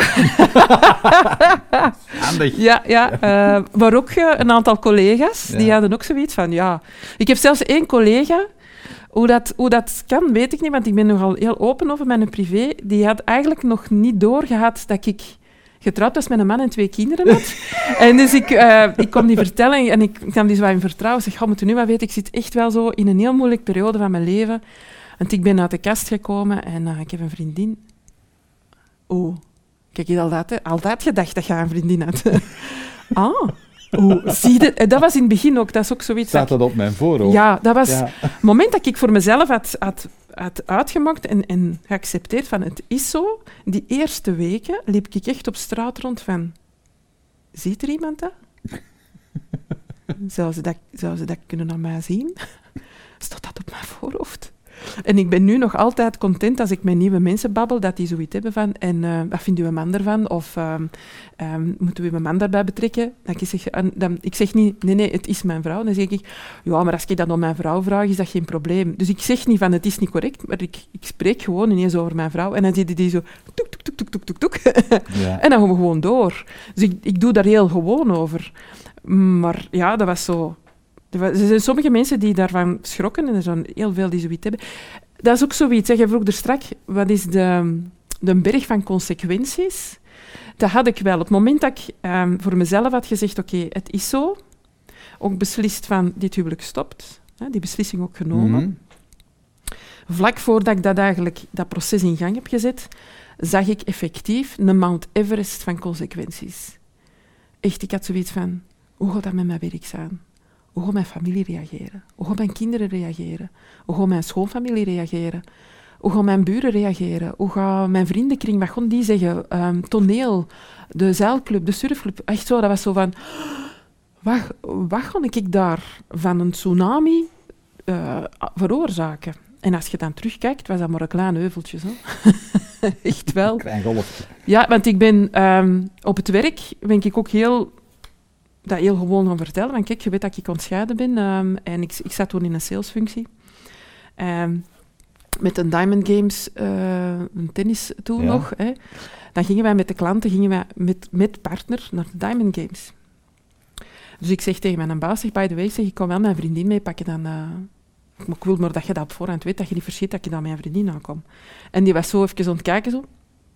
Handig. Ja, ja uh, maar ook uh, een aantal collega's, ja. die hadden ook zoiets van, ja... Ik heb zelfs één collega, hoe dat, hoe dat kan, weet ik niet, want ik ben nogal heel open over mijn privé, die had eigenlijk nog niet doorgehad dat ik getrouwd was met een man en twee kinderen had. En dus ik, uh, ik kon die vertellen en ik kwam die zo in vertrouwen. Ik zeg, moet u nu maar weten, ik zit echt wel zo in een heel moeilijke periode van mijn leven. Want ik ben uit de kast gekomen en uh, ik heb een vriendin. Oh, kijk, je had altijd, altijd gedacht dat je een vriendin had. Ah, oh, zie je, dat was in het begin ook, dat is ook zoiets... Staat dat op mijn voorhoofd? Ja, dat was ja. het moment dat ik voor mezelf had, had, had uitgemaakt en, en geaccepteerd van het is zo. Die eerste weken liep ik echt op straat rond van... Ziet er iemand dat? Zou ze dat, zou ze dat kunnen aan mij zien? Staat dat op mijn voorhoofd? En ik ben nu nog altijd content als ik met nieuwe mensen babbel, dat die zoiets hebben van, en uh, wat vindt uw man ervan? Of um, um, moeten we mijn man daarbij betrekken? Dan ik, zeg, uh, dan, ik zeg niet, nee, nee, het is mijn vrouw. Dan zeg ik, ja, maar als ik dat aan mijn vrouw vraag, is dat geen probleem. Dus ik zeg niet van, het is niet correct, maar ik, ik spreek gewoon ineens over mijn vrouw. En dan zie je die zo, toek, toek, toek, toek, toek, toek, toek. Ja. En dan gaan we gewoon door. Dus ik, ik doe daar heel gewoon over. Maar ja, dat was zo... Er zijn sommige mensen die daarvan schrokken en er zijn heel veel die zoiets hebben. Dat is ook zoiets. Je vroeg er straks, wat is de, de berg van consequenties? Dat had ik wel. Op het moment dat ik um, voor mezelf had gezegd, oké, okay, het is zo, ook beslist van, dit huwelijk stopt, hè, die beslissing ook genomen. Mm-hmm. Vlak voordat ik dat, eigenlijk, dat proces in gang heb gezet, zag ik effectief een Mount Everest van consequenties. Echt, ik had zoiets van, hoe gaat dat met mijn werk zijn? Hoe gaat mijn familie reageren? Hoe gaan mijn kinderen reageren? Hoe gaat mijn schoonfamilie reageren? Hoe gaan mijn buren reageren? Hoe gaat mijn vriendenkring, wat gaan die zeggen? Um, toneel, de zeilclub, de surfclub. Echt zo, dat was zo van... Wat, wat ga ik daar van een tsunami uh, veroorzaken? En als je dan terugkijkt, was dat maar een klein heuveltje. Zo. Echt wel. Klein golfje. Ja, want ik ben um, op het werk ben ik ook heel... dat heel gewoon gaan vertellen. Want kijk, je weet dat ik ontscheiden ben. Um, en ik, ik zat toen in een salesfunctie. Um, met een Diamond Games, uh, een tennis toen ja. nog. Hè. Dan gingen wij met de klanten, gingen wij met, met partner naar de Diamond Games. Dus ik zeg tegen mijn baas, zeg, by the way, zeg, ik kan wel mijn vriendin meepakken, dan, uh, maar ik wil maar dat je dat op voorhand weet, dat je niet verschiet dat ik aan mijn vriendin aankom. En die was zo even aan het kijken, zo.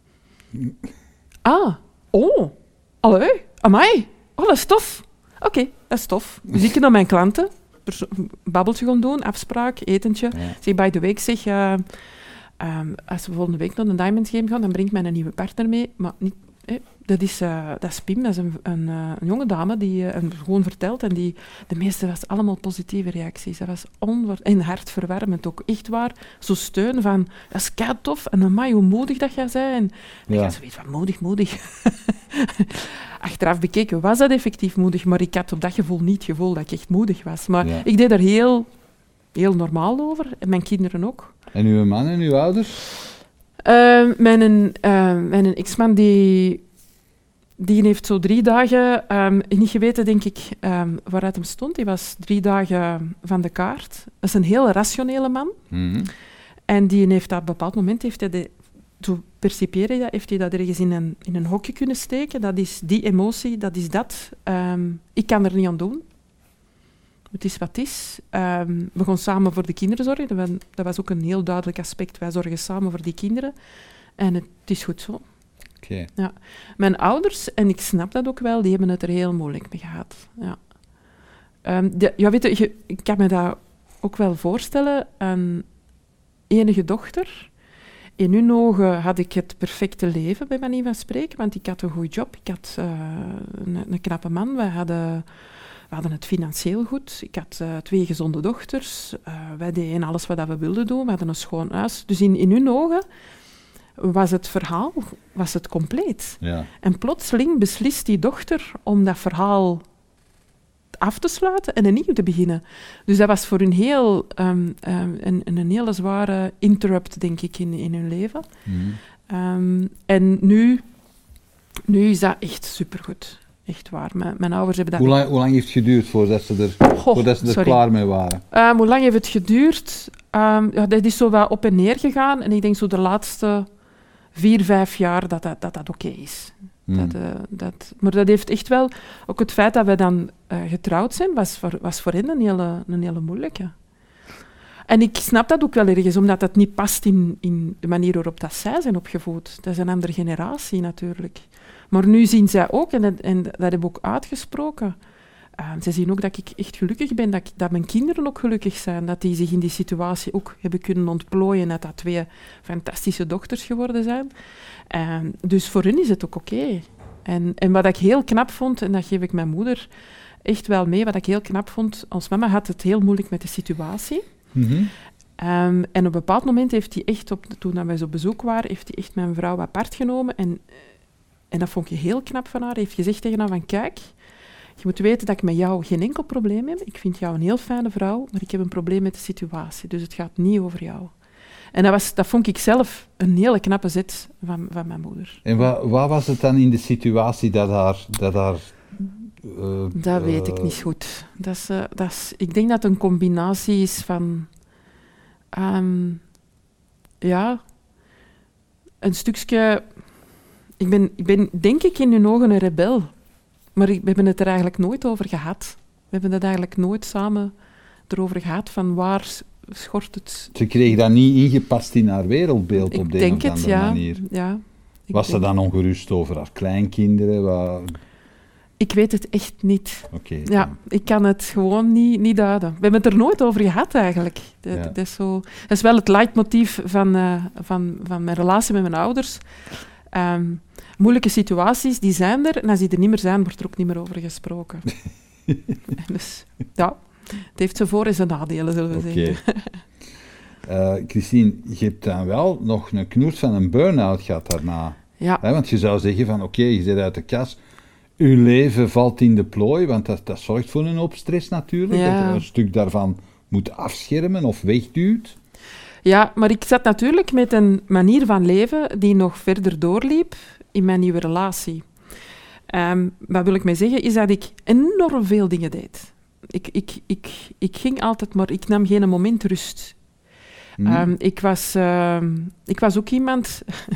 Ah, oh, allee, amai, oh, dat is tof. Oké, okay, dat is tof. Dus ik naar mijn klanten, een babbeltje gaan doen, afspraak, etentje. Ja. Zeg, by the way, ik zeg, uh, um, als we volgende week naar een Diamond Game gaan, dan brengt mij een nieuwe partner mee, maar niet... Eh, dat, is, uh, dat is Pim, dat is een, een, uh, een jonge dame die uh, gewoon vertelt. En die, de meeste was allemaal positieve reacties. Dat was onver- en hartverwarmend ook. Echt waar. Zo steun van, dat is kei tof. En amai, hoe moedig dat jij bent. En ja. Ik had zoiets van, moedig, moedig. Achteraf bekeken was dat effectief moedig. Maar ik had op dat gevoel niet het gevoel dat ik echt moedig was. Maar ja. Ik deed er heel, heel normaal over. En mijn kinderen ook. En uw man en uw ouders? Uh, mijn, uh, mijn ex-man, die, die heeft zo drie dagen um, niet geweten, denk ik, um, waaruit hem stond. Die was drie dagen van de kaart. Dat is een heel rationele man. Mm-hmm. En die heeft op een bepaald moment, heeft hij de, zo percipieerde dat, heeft hij dat ergens in een, in een hokje kunnen steken. Dat is die emotie, dat is dat. Um, ik kan er niet aan doen. Het is wat het is. Um, we gaan samen voor de kinderen zorgen. Dat, we, dat was ook een heel duidelijk aspect. Wij zorgen samen voor die kinderen. En het, het is goed zo. Okay. Ja. Mijn ouders, en ik snap dat ook wel, die hebben het er heel moeilijk mee gehad. Ja. Um, de, ja, weet je, ik kan me dat ook wel voorstellen. Een enige dochter. In hun ogen had ik het perfecte leven, bij manier van spreken. Want ik had een goede job. Ik had uh, een, een knappe man. We hadden... We hadden het financieel goed. Ik had uh, twee gezonde dochters. Uh, wij deden alles wat we wilden doen. We hadden een schoon huis. Dus in, in hun ogen was het verhaal was het compleet. Ja. En plotseling beslist die dochter om dat verhaal af te sluiten en opnieuw te beginnen. Dus dat was voor hun heel, um, um, een, een hele zware interrupt, denk ik, in, in hun leven. Mm. Um, en nu, nu is dat echt supergoed. Echt waar. Mijn, mijn ouders hebben dat... Hoe lang, hoe lang heeft het geduurd voordat ze er, Goh, voordat ze er klaar mee waren? Um, hoe lang heeft het geduurd? Um, ja, dat is zo wat op en neer gegaan. En ik denk zo de laatste vier, vijf jaar dat dat, dat, dat oké okay is. Hmm. Dat, uh, dat, maar dat heeft echt wel... Ook het feit dat we dan uh, getrouwd zijn, was voor, was voor hen een hele, een hele moeilijke. En ik snap dat ook wel ergens, omdat dat niet past in, in de manier waarop dat zij zijn opgevoed. Dat is een andere generatie natuurlijk. Maar nu zien zij ook, en dat, en dat hebben we ook uitgesproken, uh, ze zien ook dat ik echt gelukkig ben, dat, ik, dat mijn kinderen ook gelukkig zijn, dat die zich in die situatie ook hebben kunnen ontplooien, dat dat twee fantastische dochters geworden zijn. Uh, dus voor hen is het ook oké. Okay. En, en wat ik heel knap vond, en dat geef ik mijn moeder echt wel mee, wat ik heel knap vond, ons mama had het heel moeilijk met de situatie. Mm-hmm. Um, en op een bepaald moment heeft hij echt, op, toen wij zo op bezoek waren, heeft hij echt mijn vrouw apart genomen en... En dat vond ik heel knap van haar. Hij heeft gezegd tegen haar van, kijk, je moet weten dat ik met jou geen enkel probleem heb. Ik vind jou een heel fijne vrouw, maar ik heb een probleem met de situatie. Dus het gaat niet over jou. En dat, was, dat vond ik zelf een hele knappe zet van, van mijn moeder. En wat, wat was het dan in de situatie dat haar... Dat, haar, uh, dat uh, weet ik niet goed. Dat is, uh, dat is, ik denk dat het een combinatie is van... Um, ja, een stukje... Ik ben, ik ben, denk ik, in hun ogen een rebel. Maar ik, we hebben het er eigenlijk nooit over gehad. We hebben het eigenlijk nooit samen erover gehad, van waar schort het... Ze kreeg dat niet ingepast in haar wereldbeeld, ik op de een of andere het, ja. manier. Ja, Was ze dan ongerust over haar kleinkinderen? Wat... Ik weet het echt niet. Okay, ja, dan. Ik kan het gewoon niet, niet duiden. We hebben het er nooit over gehad, eigenlijk. Dat, ja. dat, is, zo, dat is wel het leidmotief van, uh, van, van mijn relatie met mijn ouders. Um, moeilijke situaties, die zijn er. En als die er niet meer zijn, wordt er ook niet meer over gesproken. Dus ja, het heeft zijn voor- en zijn nadelen, zullen we okay. zeggen. uh, Christine, je hebt dan wel nog een knoert van een burn-out gehad daarna. Ja. He, want je zou zeggen van, oké, okay, je zit uit de kas. Je leven valt in de plooi, want dat, dat zorgt voor een hoop stress natuurlijk. Ja. Dat je een stuk daarvan moet afschermen of wegduwt. Ja, maar ik zat natuurlijk met een manier van leven die nog verder doorliep in mijn nieuwe relatie. Um, wat wil ik mee zeggen, is dat ik enorm veel dingen deed. Ik, ik, ik, ik ging altijd, maar ik nam geen moment rust. Mm. Um, ik, was, uh, ik was ook iemand...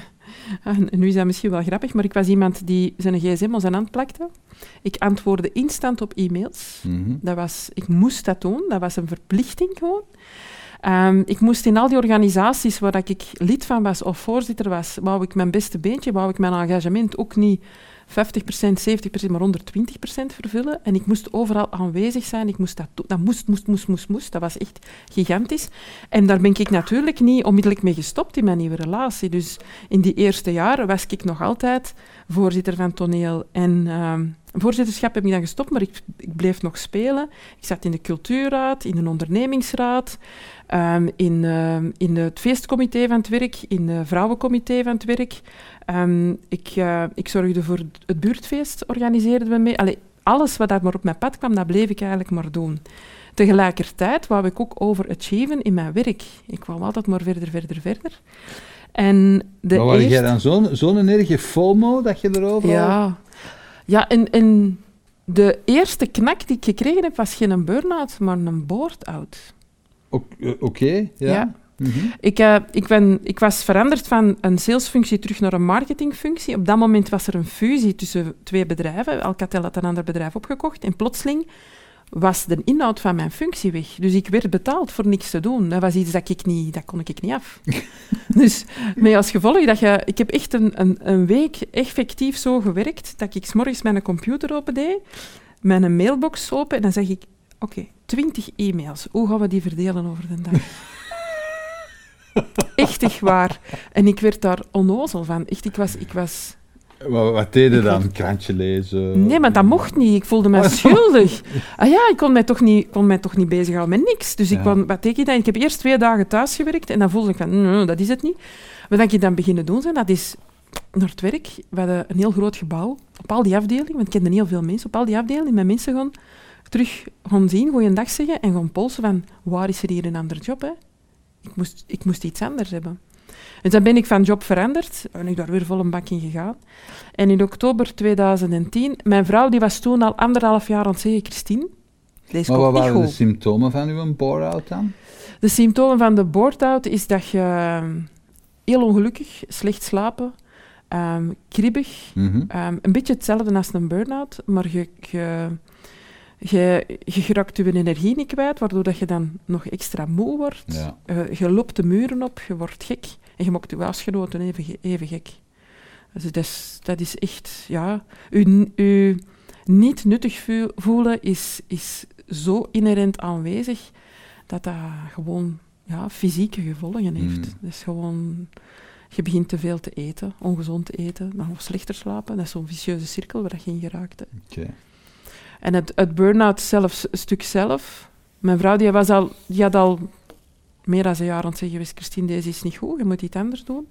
En nu is dat misschien wel grappig, maar ik was iemand die zijn gsm op zijn hand plakte. Ik antwoordde instant op e-mails. Mm-hmm. Dat was, ik moest dat doen, dat was een verplichting gewoon. Um, ik moest in al die organisaties waar ik lid van was of voorzitter was, wou ik mijn beste beentje, wou ik mijn engagement ook niet vijftig procent, zeventig procent, maar honderdtwintig procent vervullen. En ik moest overal aanwezig zijn. Ik moest dat doen. Dat moest, moest, moest, moest, moest. Dat was echt gigantisch. En daar ben ik natuurlijk niet onmiddellijk mee gestopt in mijn nieuwe relatie. Dus in die eerste jaren was ik nog altijd voorzitter van toneel. En um, voorzitterschap heb ik dan gestopt, maar ik, ik bleef nog spelen. Ik zat in de cultuurraad, in een ondernemingsraad, um, in, uh, in het feestcomité van het werk, in het vrouwencomité van het werk. Um, ik, uh, ik zorgde voor het buurtfeest, organiseerden we mee. Allee, alles wat daar maar op mijn pad kwam, dat bleef ik eigenlijk maar doen. Tegelijkertijd wou ik ook overachieven in mijn werk. Ik wou altijd maar verder, verder, verder. En de maar was eerste... jij dan zo'n, zo'n erge FOMO dat je erover had? Ja, ja en, en de eerste knak die ik gekregen heb, was geen burn-out, maar een board-out. Oké, okay, ja. ja. Mm-hmm. Ik, uh, ik, ben, ik was veranderd van een salesfunctie terug naar een marketingfunctie. Op dat moment was er een fusie tussen twee bedrijven. Alcatel had een ander bedrijf opgekocht. En plotseling was de inhoud van mijn functie weg. Dus ik werd betaald voor niks te doen. Dat was iets dat ik niet, dat kon ik niet af. Dus met als gevolg dat je... Ik heb echt een, een, een week effectief zo gewerkt dat ik 's morgens mijn computer opendeed, mijn mailbox open en dan zeg ik, oké, okay, twintig e-mails. Hoe gaan we die verdelen over de dag? Echt, echt waar. En ik werd daar onnozel van. Echt, ik was... Ik was Wat, wat deed je dan? Werd... Krantje lezen? Nee, maar dat mocht niet. Ik voelde me schuldig. Ah ja, ik kon mij toch niet, kon mij toch niet bezighouden met niks. Dus ik ja. kwam, wat deed ik dan? Ik heb eerst twee dagen thuis gewerkt en dan voelde ik van, nee, dat is het niet. Wat ik dan beginnen doen zijn, dat is naar het werk. We hadden een heel groot gebouw op al die afdelingen, want ik kende heel veel mensen. Op al die afdelingen, met mensen gaan terug gaan zien, goeiedag zeggen en gaan polsen van, waar is er hier een ander job, hè? Ik moest, ik moest iets anders hebben. En dan ben ik van job veranderd en ben ik daar weer vol een bak in gegaan. En in oktober tweeduizend tien, mijn vrouw die was toen al anderhalf jaar aan het zeggen, Christine, deze maar komt wat niet waren goed. de symptomen van uw bore-out dan? De symptomen van de board-out is dat je heel ongelukkig, slecht slapen, um, kribbig, Mm-hmm. um, een beetje hetzelfde als een burn-out, maar je... je Je, je raakt je energie niet kwijt, waardoor dat je dan nog extra moe wordt. Ja. Je, je loopt de muren op, je wordt gek. En je maakt je huisgenoten even, even gek. Dus dat is, dat is echt... Ja, je, je niet nuttig voelen is, is zo inherent aanwezig dat dat gewoon ja, fysieke gevolgen heeft. Mm. Dat is gewoon... Je begint te veel te eten, ongezond te eten, dan nog slechter slapen. Dat is zo'n vicieuze cirkel waar je in geraakt. Okay. En het, het burn-out zelf, stuk zelf... Mijn vrouw die was al, die had al meer dan een jaar aan het zeggen geweest, Christine, deze is niet goed, je moet iets anders doen.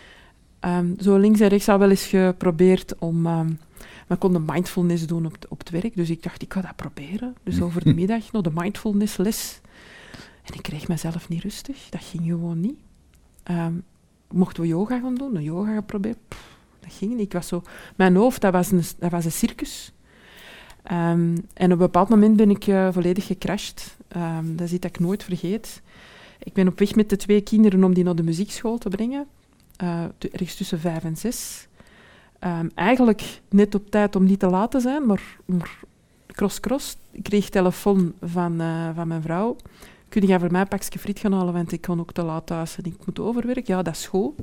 Um, zo links en rechts al wel eens geprobeerd om... Um, we konden mindfulness doen op, op het werk, dus ik dacht, ik ga dat proberen. Dus over de middag nog de mindfulness les. En ik kreeg mezelf niet rustig, dat ging gewoon niet. Um, mochten we yoga gaan doen, een yoga geprobeerd, pff, dat ging niet. Ik was zo... Mijn hoofd, dat was een, dat was een circus. Um, en op een bepaald moment ben ik uh, volledig gecrashed. Um, dat is iets dat ik nooit vergeet. Ik ben op weg met de twee kinderen om die naar de muziekschool te brengen. Uh, t- ergens tussen vijf en zes. Um, eigenlijk net op tijd om niet te laat te zijn, maar, maar cross cross. Ik kreeg telefoon van, uh, van mijn vrouw. Kun je voor mij een pakje friet gaan halen, want ik kan ook te laat thuis en ik moet overwerken. Ja, dat is goed.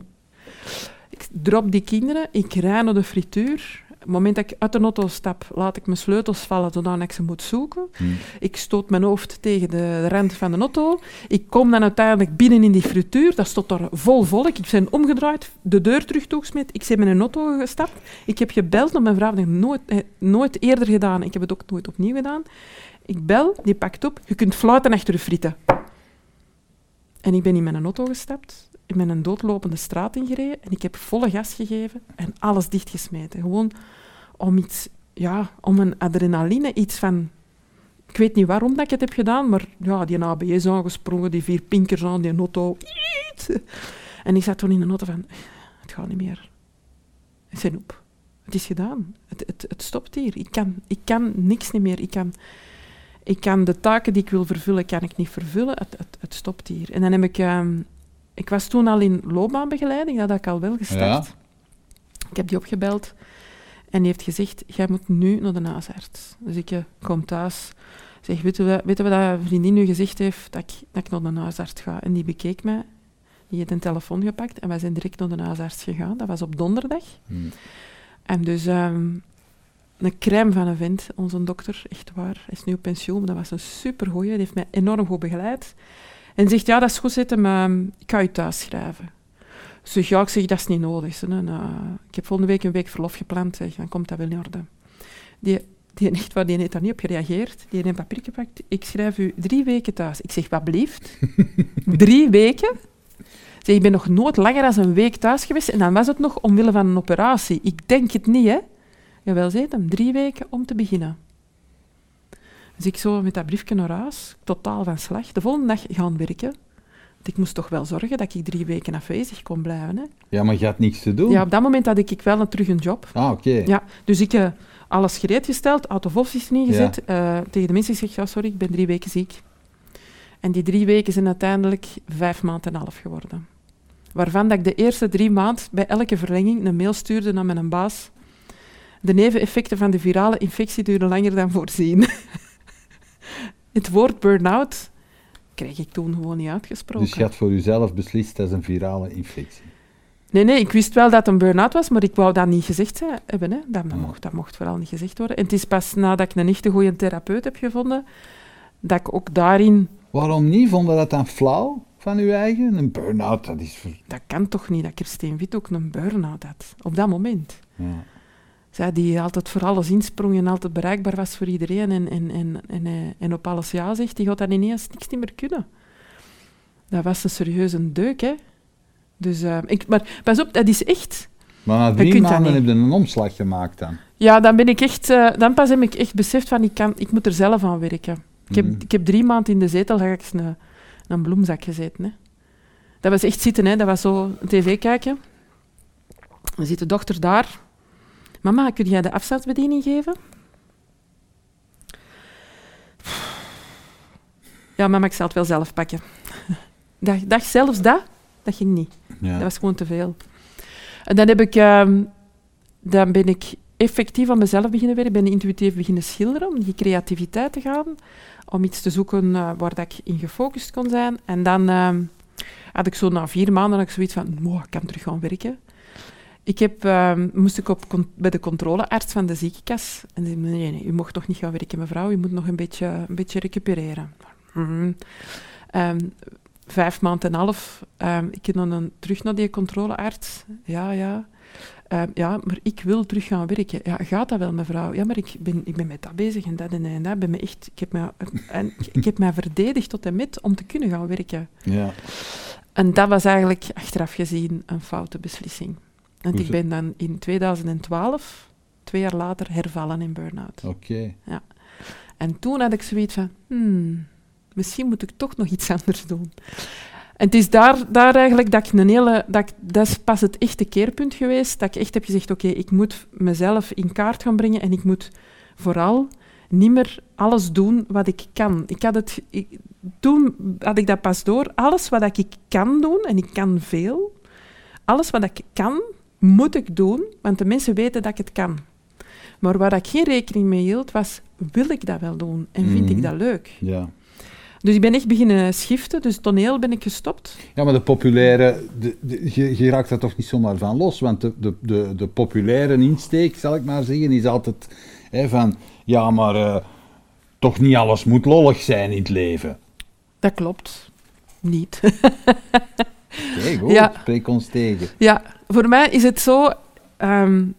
Ik drop die kinderen, ik rij naar de frituur. Op het moment dat ik uit de auto stap, laat ik mijn sleutels vallen zodat ik ze moet zoeken. Hmm. Ik stoot mijn hoofd tegen de rand van de auto. Ik kom dan uiteindelijk binnen in die frituur. Dat stond daar vol volk. Ik ben omgedraaid, de deur terug toegesmet. Ik ben in een auto gestapt. Ik heb gebeld naar mijn vrouw. Dat heb ik nooit, eh, nooit eerder gedaan. Ik heb het ook nooit opnieuw gedaan. Ik bel, die pakt op. Je kunt fluiten achter de frieten. En ik ben in mijn auto gestapt. Ik ben een doodlopende straat ingereden en ik heb volle gas gegeven en alles dichtgesmeten. Gewoon om iets, ja, om een adrenaline, iets van... Ik weet niet waarom dat ik het heb gedaan, maar ja, die A B S aangesprongen, die vier pinkers aan, die auto... En ik zat toen in de auto van, het gaat niet meer. Ik zei, op. Het is gedaan. Het, het, het stopt hier. Ik kan, ik kan niks niet meer. Ik kan, ik kan de taken die ik wil vervullen, kan ik niet vervullen. Het, het, het stopt hier. En dan heb ik... Um, Ik was toen al in loopbaanbegeleiding, dat had ik al wel gestart. Ik heb die opgebeld en die heeft gezegd, jij moet nu naar de huisarts. Dus ik uh, kom thuis, zeg, weten we, weten we dat een vriendin nu gezegd heeft dat ik, dat ik naar de huisarts ga? En die bekeek mij, die heeft een telefoon gepakt en wij zijn direct naar de huisarts gegaan. Dat was op donderdag. Hmm. En dus um, een crème van een vent, onze dokter, echt waar. Hij is nu op pensioen, dat was een supergoeie. Die heeft mij enorm goed begeleid. En zegt, ja, dat is goed zitten, maar ik ga je thuis schrijven. Dus zeg, ja, ik zeg, dat is niet nodig. Hè. Nou, ik heb volgende week een week verlof gepland, zeg, dan komt dat wel in orde. Die, die, echt waar, die heeft daar niet op gereageerd. Die heeft een papier gepakt. Ik schrijf u drie weken thuis. Ik zeg, wat blieft? Drie weken? Zeg, ik ben nog nooit langer dan een week thuis geweest en dan was het nog omwille van een operatie. Ik denk het niet, hè. Jawel, zei hem, drie weken om te beginnen. Dus ik zo met dat briefje naar huis, totaal van slag. De volgende dag gaan werken. Want ik moest toch wel zorgen dat ik drie weken afwezig kon blijven. Hè. Ja, maar je had niks te doen? Ja, op dat moment had ik wel een, terug een job. Ah, oké. Okay. Ja, dus ik heb uh, alles gereed gesteld, out of office neergezet. Ja. Uh, tegen de mensen gezegd, ja, sorry, ik ben drie weken ziek. En die drie weken zijn uiteindelijk vijf maanden en een half geworden. Waarvan dat ik de eerste drie maanden bij elke verlenging een mail stuurde naar mijn baas. De neveneffecten van de virale infectie duren langer dan voorzien. Het woord burn-out kreeg ik toen gewoon niet uitgesproken. Dus je had voor jezelf beslist dat is een virale infectie? Nee, nee, ik wist wel dat het een burn-out was, maar ik wou dat niet gezegd hebben. Hè. Dat, oh. mocht, dat mocht vooral niet gezegd worden. En het is pas nadat ik een echte goede therapeut heb gevonden, dat ik ook daarin... Waarom niet? Vonden dat dan flauw van uw eigen? Een burn-out, dat is... Ver... Dat kan toch niet, dat Kirstien Witt ook een burn-out had, op dat moment. Ja. Zij die altijd voor alles insprong en altijd bereikbaar was voor iedereen en, en, en, en, en op alles ja zegt, die gaat dan ineens niks niet meer kunnen. Dat was een serieuze deuk, hè. Dus, uh, ik, maar pas op, dat is echt... Maar na drie maanden heb je een omslag gemaakt dan? Ja, dan ben ik echt... Uh, dan pas heb ik echt beseft van, ik, kan, ik moet er zelf aan werken. Ik heb, mm. ik heb drie maanden in de zetel gehakt een, een bloemzak gezeten, hè. Dat was echt zitten, hè. Dat was zo tv kijken. Dan zit de dochter daar... Mama, kun jij de afstandsbediening geven? Ja, mama, ik zal het wel zelf pakken. Dag, dag zelfs dat, dat ging niet. Ja. Dat was gewoon te veel. En dan, heb ik, um, dan ben ik effectief aan mezelf beginnen werken. Ik ben intuïtief beginnen schilderen, om die creativiteit te gaan. Om iets te zoeken uh, waar dat ik in gefocust kon zijn. En dan um, had ik zo na vier maanden had ik zoiets van, oh, ik kan terug gaan werken. Ik heb, uh, moest ik op con- bij de controlearts van de ziekenkas. En die zei, nee, nee, u mocht nog niet gaan werken, mevrouw. U moet nog een beetje, een beetje recupereren. Mm-hmm. Um, vijf maanden en een half. Um, ik ging dan een, terug naar die controlearts. Ja, ja. Um, ja, maar ik wil terug gaan werken. Ja, gaat dat wel, mevrouw? Ja, maar ik ben, ik ben met dat bezig en dat en dat. En dat. Ben me echt, ik, heb mij, en, ik heb mij verdedigd tot en met om te kunnen gaan werken. Ja. En dat was eigenlijk achteraf gezien een foute beslissing. Want ik ben dan in tweeduizend twaalf, twee jaar later, hervallen in burn-out. Oké. Okay. Ja. En toen had ik zoiets van, hmm, misschien moet ik toch nog iets anders doen. En het is daar, daar eigenlijk dat ik een hele... Dat, ik, dat is pas het echte keerpunt geweest, dat ik echt heb gezegd, oké, okay, ik moet mezelf in kaart gaan brengen en ik moet vooral niet meer alles doen wat ik kan. Ik had het, ik, toen had ik dat pas door. Alles wat ik kan doen, en ik kan veel, alles wat ik kan... moet ik doen, want de mensen weten dat ik het kan. Maar waar ik geen rekening mee hield, was, wil ik dat wel doen? En vind mm-hmm. ik dat leuk? Ja. Dus ik ben echt beginnen schiften, dus toneel ben ik gestopt. Ja, maar de populaire, de, de, je, je raakt daar toch niet zomaar van los, want de, de, de, de populaire insteek, zal ik maar zeggen, is altijd hè, van, ja, maar uh, toch niet alles moet lollig zijn in het leven. Dat klopt. Niet. Oké, goed, ja. Spreek ons tegen. Ja, voor mij is het zo, um,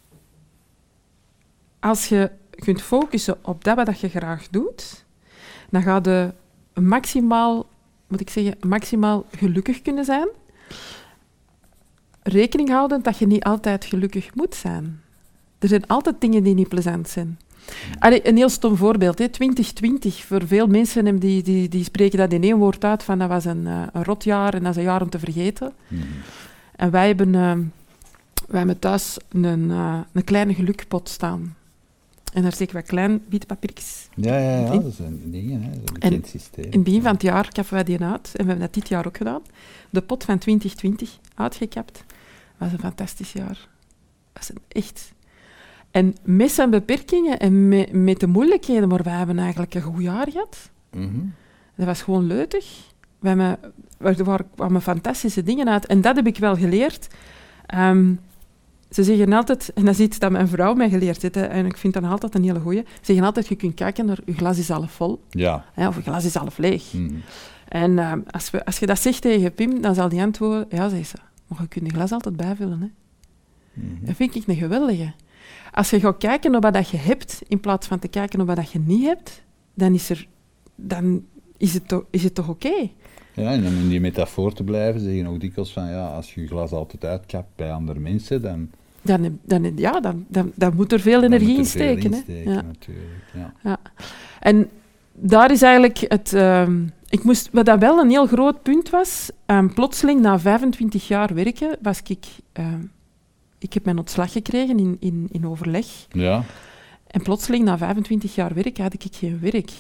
als je kunt focussen op dat wat je graag doet, dan ga je maximaal, moet ik zeggen, maximaal gelukkig kunnen zijn. Rekening houden dat je niet altijd gelukkig moet zijn. Er zijn altijd dingen die niet plezant zijn. Allee, een heel stom voorbeeld, hè. twintig twintig. Voor veel mensen die, die, die spreken dat in één woord uit, van dat was een, uh, een rotjaar en dat is een jaar om te vergeten. Mm. En wij hebben, uh, wij hebben thuis een, uh, een kleine gelukpot staan. En daar steken we klein witte papiertjes Ja, ja, ja, in. Dat zijn dingen, hè. Dat is een bekend systeem. In het begin van het jaar kappen wij die uit. En we hebben dat dit jaar ook gedaan. De pot van twintig twintig uitgekapt. Dat was een fantastisch jaar. Dat is echt... En met zijn beperkingen en met, met de moeilijkheden, maar wij hebben eigenlijk een goed jaar gehad. Mm-hmm. Dat was gewoon leutig. We hebben, er waren, kwamen fantastische dingen uit. En dat heb ik wel geleerd. Um, ze zeggen altijd, en dat is iets dat mijn vrouw mij geleerd heeft, hè, en ik vind dat nog altijd een hele goeie. Ze zeggen altijd, je kunt kijken naar je glas is half vol. Ja. Hè, of je glas is half leeg. Mm. En um, als, we, als je dat zegt tegen Pim, dan zal die antwoorden, ja, zegt ze, maar je kunt je glas altijd bijvullen. Hè. Mm-hmm. Dat vind ik een geweldige. Als je gaat kijken naar wat je hebt, in plaats van te kijken naar wat je niet hebt, dan is, er, dan is het toch, is het toch oké? Okay? Ja, en om in die metafoor te blijven, zeggen ook dikwijls van, ja, als je je glas altijd uitkapt bij andere mensen, dan... Dan, dan, ja, dan, dan, dan moet er veel energie in steken. Veel insteken, ja. natuurlijk. Ja. Ja. En daar is eigenlijk het... Um, ik moest, wat dat wel een heel groot punt was, um, plotseling na vijfentwintig jaar werken, was ik... Um, ik heb mijn ontslag gekregen in, in, in overleg. Ja. En plotseling na vijfentwintig jaar werk had ik geen werk.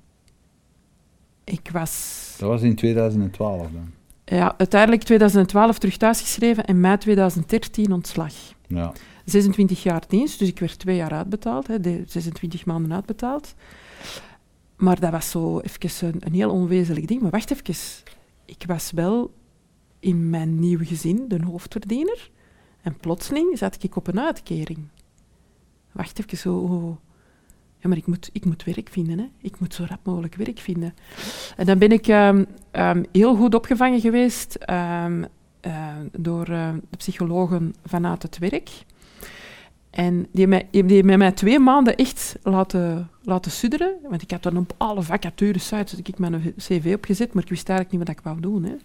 Ik was... Dat was in tweeduizend twaalf dan? Ja, uiteindelijk tweeduizend twaalf terug thuisgeschreven en mei tweeduizend dertien ontslag. Ja. zesentwintig jaar dienst, dus ik werd twee jaar uitbetaald, hè, de zesentwintig maanden uitbetaald. Maar dat was zo even een, een heel onwezenlijk ding. Maar wacht even, ik was wel in mijn nieuwe gezin de hoofdverdiener en plotseling zat ik op een uitkering. Wacht even, zo... Ja, maar ik moet, ik moet werk vinden, hè. Ik moet zo rap mogelijk werk vinden. En dan ben ik um, um, heel goed opgevangen geweest um, uh, door uh, de psychologen vanuit het werk. En die hebben mij, die mij twee maanden echt laten, laten sudderen. Want ik had dan op alle vacaturesites had ik mijn cv opgezet, maar ik wist eigenlijk niet wat ik wou doen. Hè.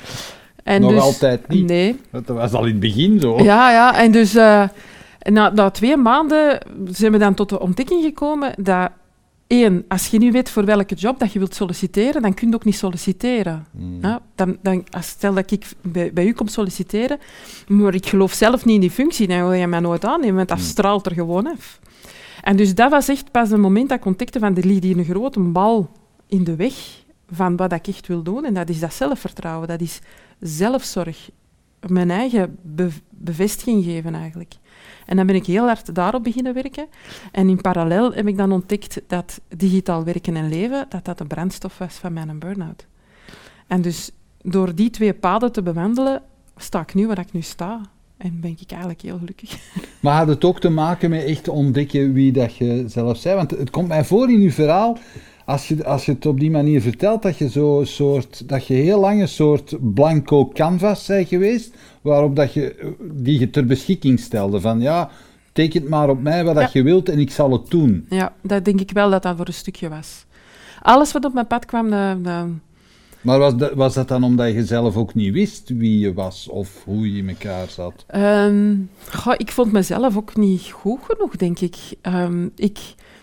En Nog dus, altijd niet? Nee. Dat was al in het begin zo. Ja, ja. En dus uh, na, na twee maanden zijn we dan tot de ontdekking gekomen dat... Eén, als je nu weet voor welke job dat je wilt solliciteren, dan kun je ook niet solliciteren. Mm. Ja, dan, dan, als stel dat ik bij, bij u kom solliciteren, maar ik geloof zelf niet in die functie, dan wil je mij nooit aannemen, want dat mm. straalt er gewoon af. En dus dat was echt pas een moment dat ik ontdekte van, er ligt hier een grote bal in de weg van wat ik echt wil doen. En dat is dat zelfvertrouwen, dat is zelfzorg. Mijn eigen be- bevestiging geven eigenlijk. En dan ben ik heel hard daarop beginnen werken. En in parallel heb ik dan ontdekt dat digitaal werken en leven, dat dat de brandstof was van mijn burn-out. En dus door die twee paden te bewandelen, sta ik nu waar ik nu sta. En ben ik eigenlijk heel gelukkig. Maar had het ook te maken met echt ontdekken wie dat je zelf bent? Want het komt mij voor in uw verhaal, als je, als je het op die manier vertelt, dat je, zo soort, dat je heel lang een soort blanco canvas bent geweest, waarop dat je, die je ter beschikking stelde. Van ja, teken het maar op mij wat ja. dat je wilt en ik zal het doen. Ja, dat denk ik wel dat dat voor een stukje was. Alles wat op mijn pad kwam... De, de... Maar was dat, was dat dan omdat je zelf ook niet wist wie je was of hoe je in elkaar zat? Um, goh, ik vond mezelf ook niet goed genoeg, denk ik. Um, ik...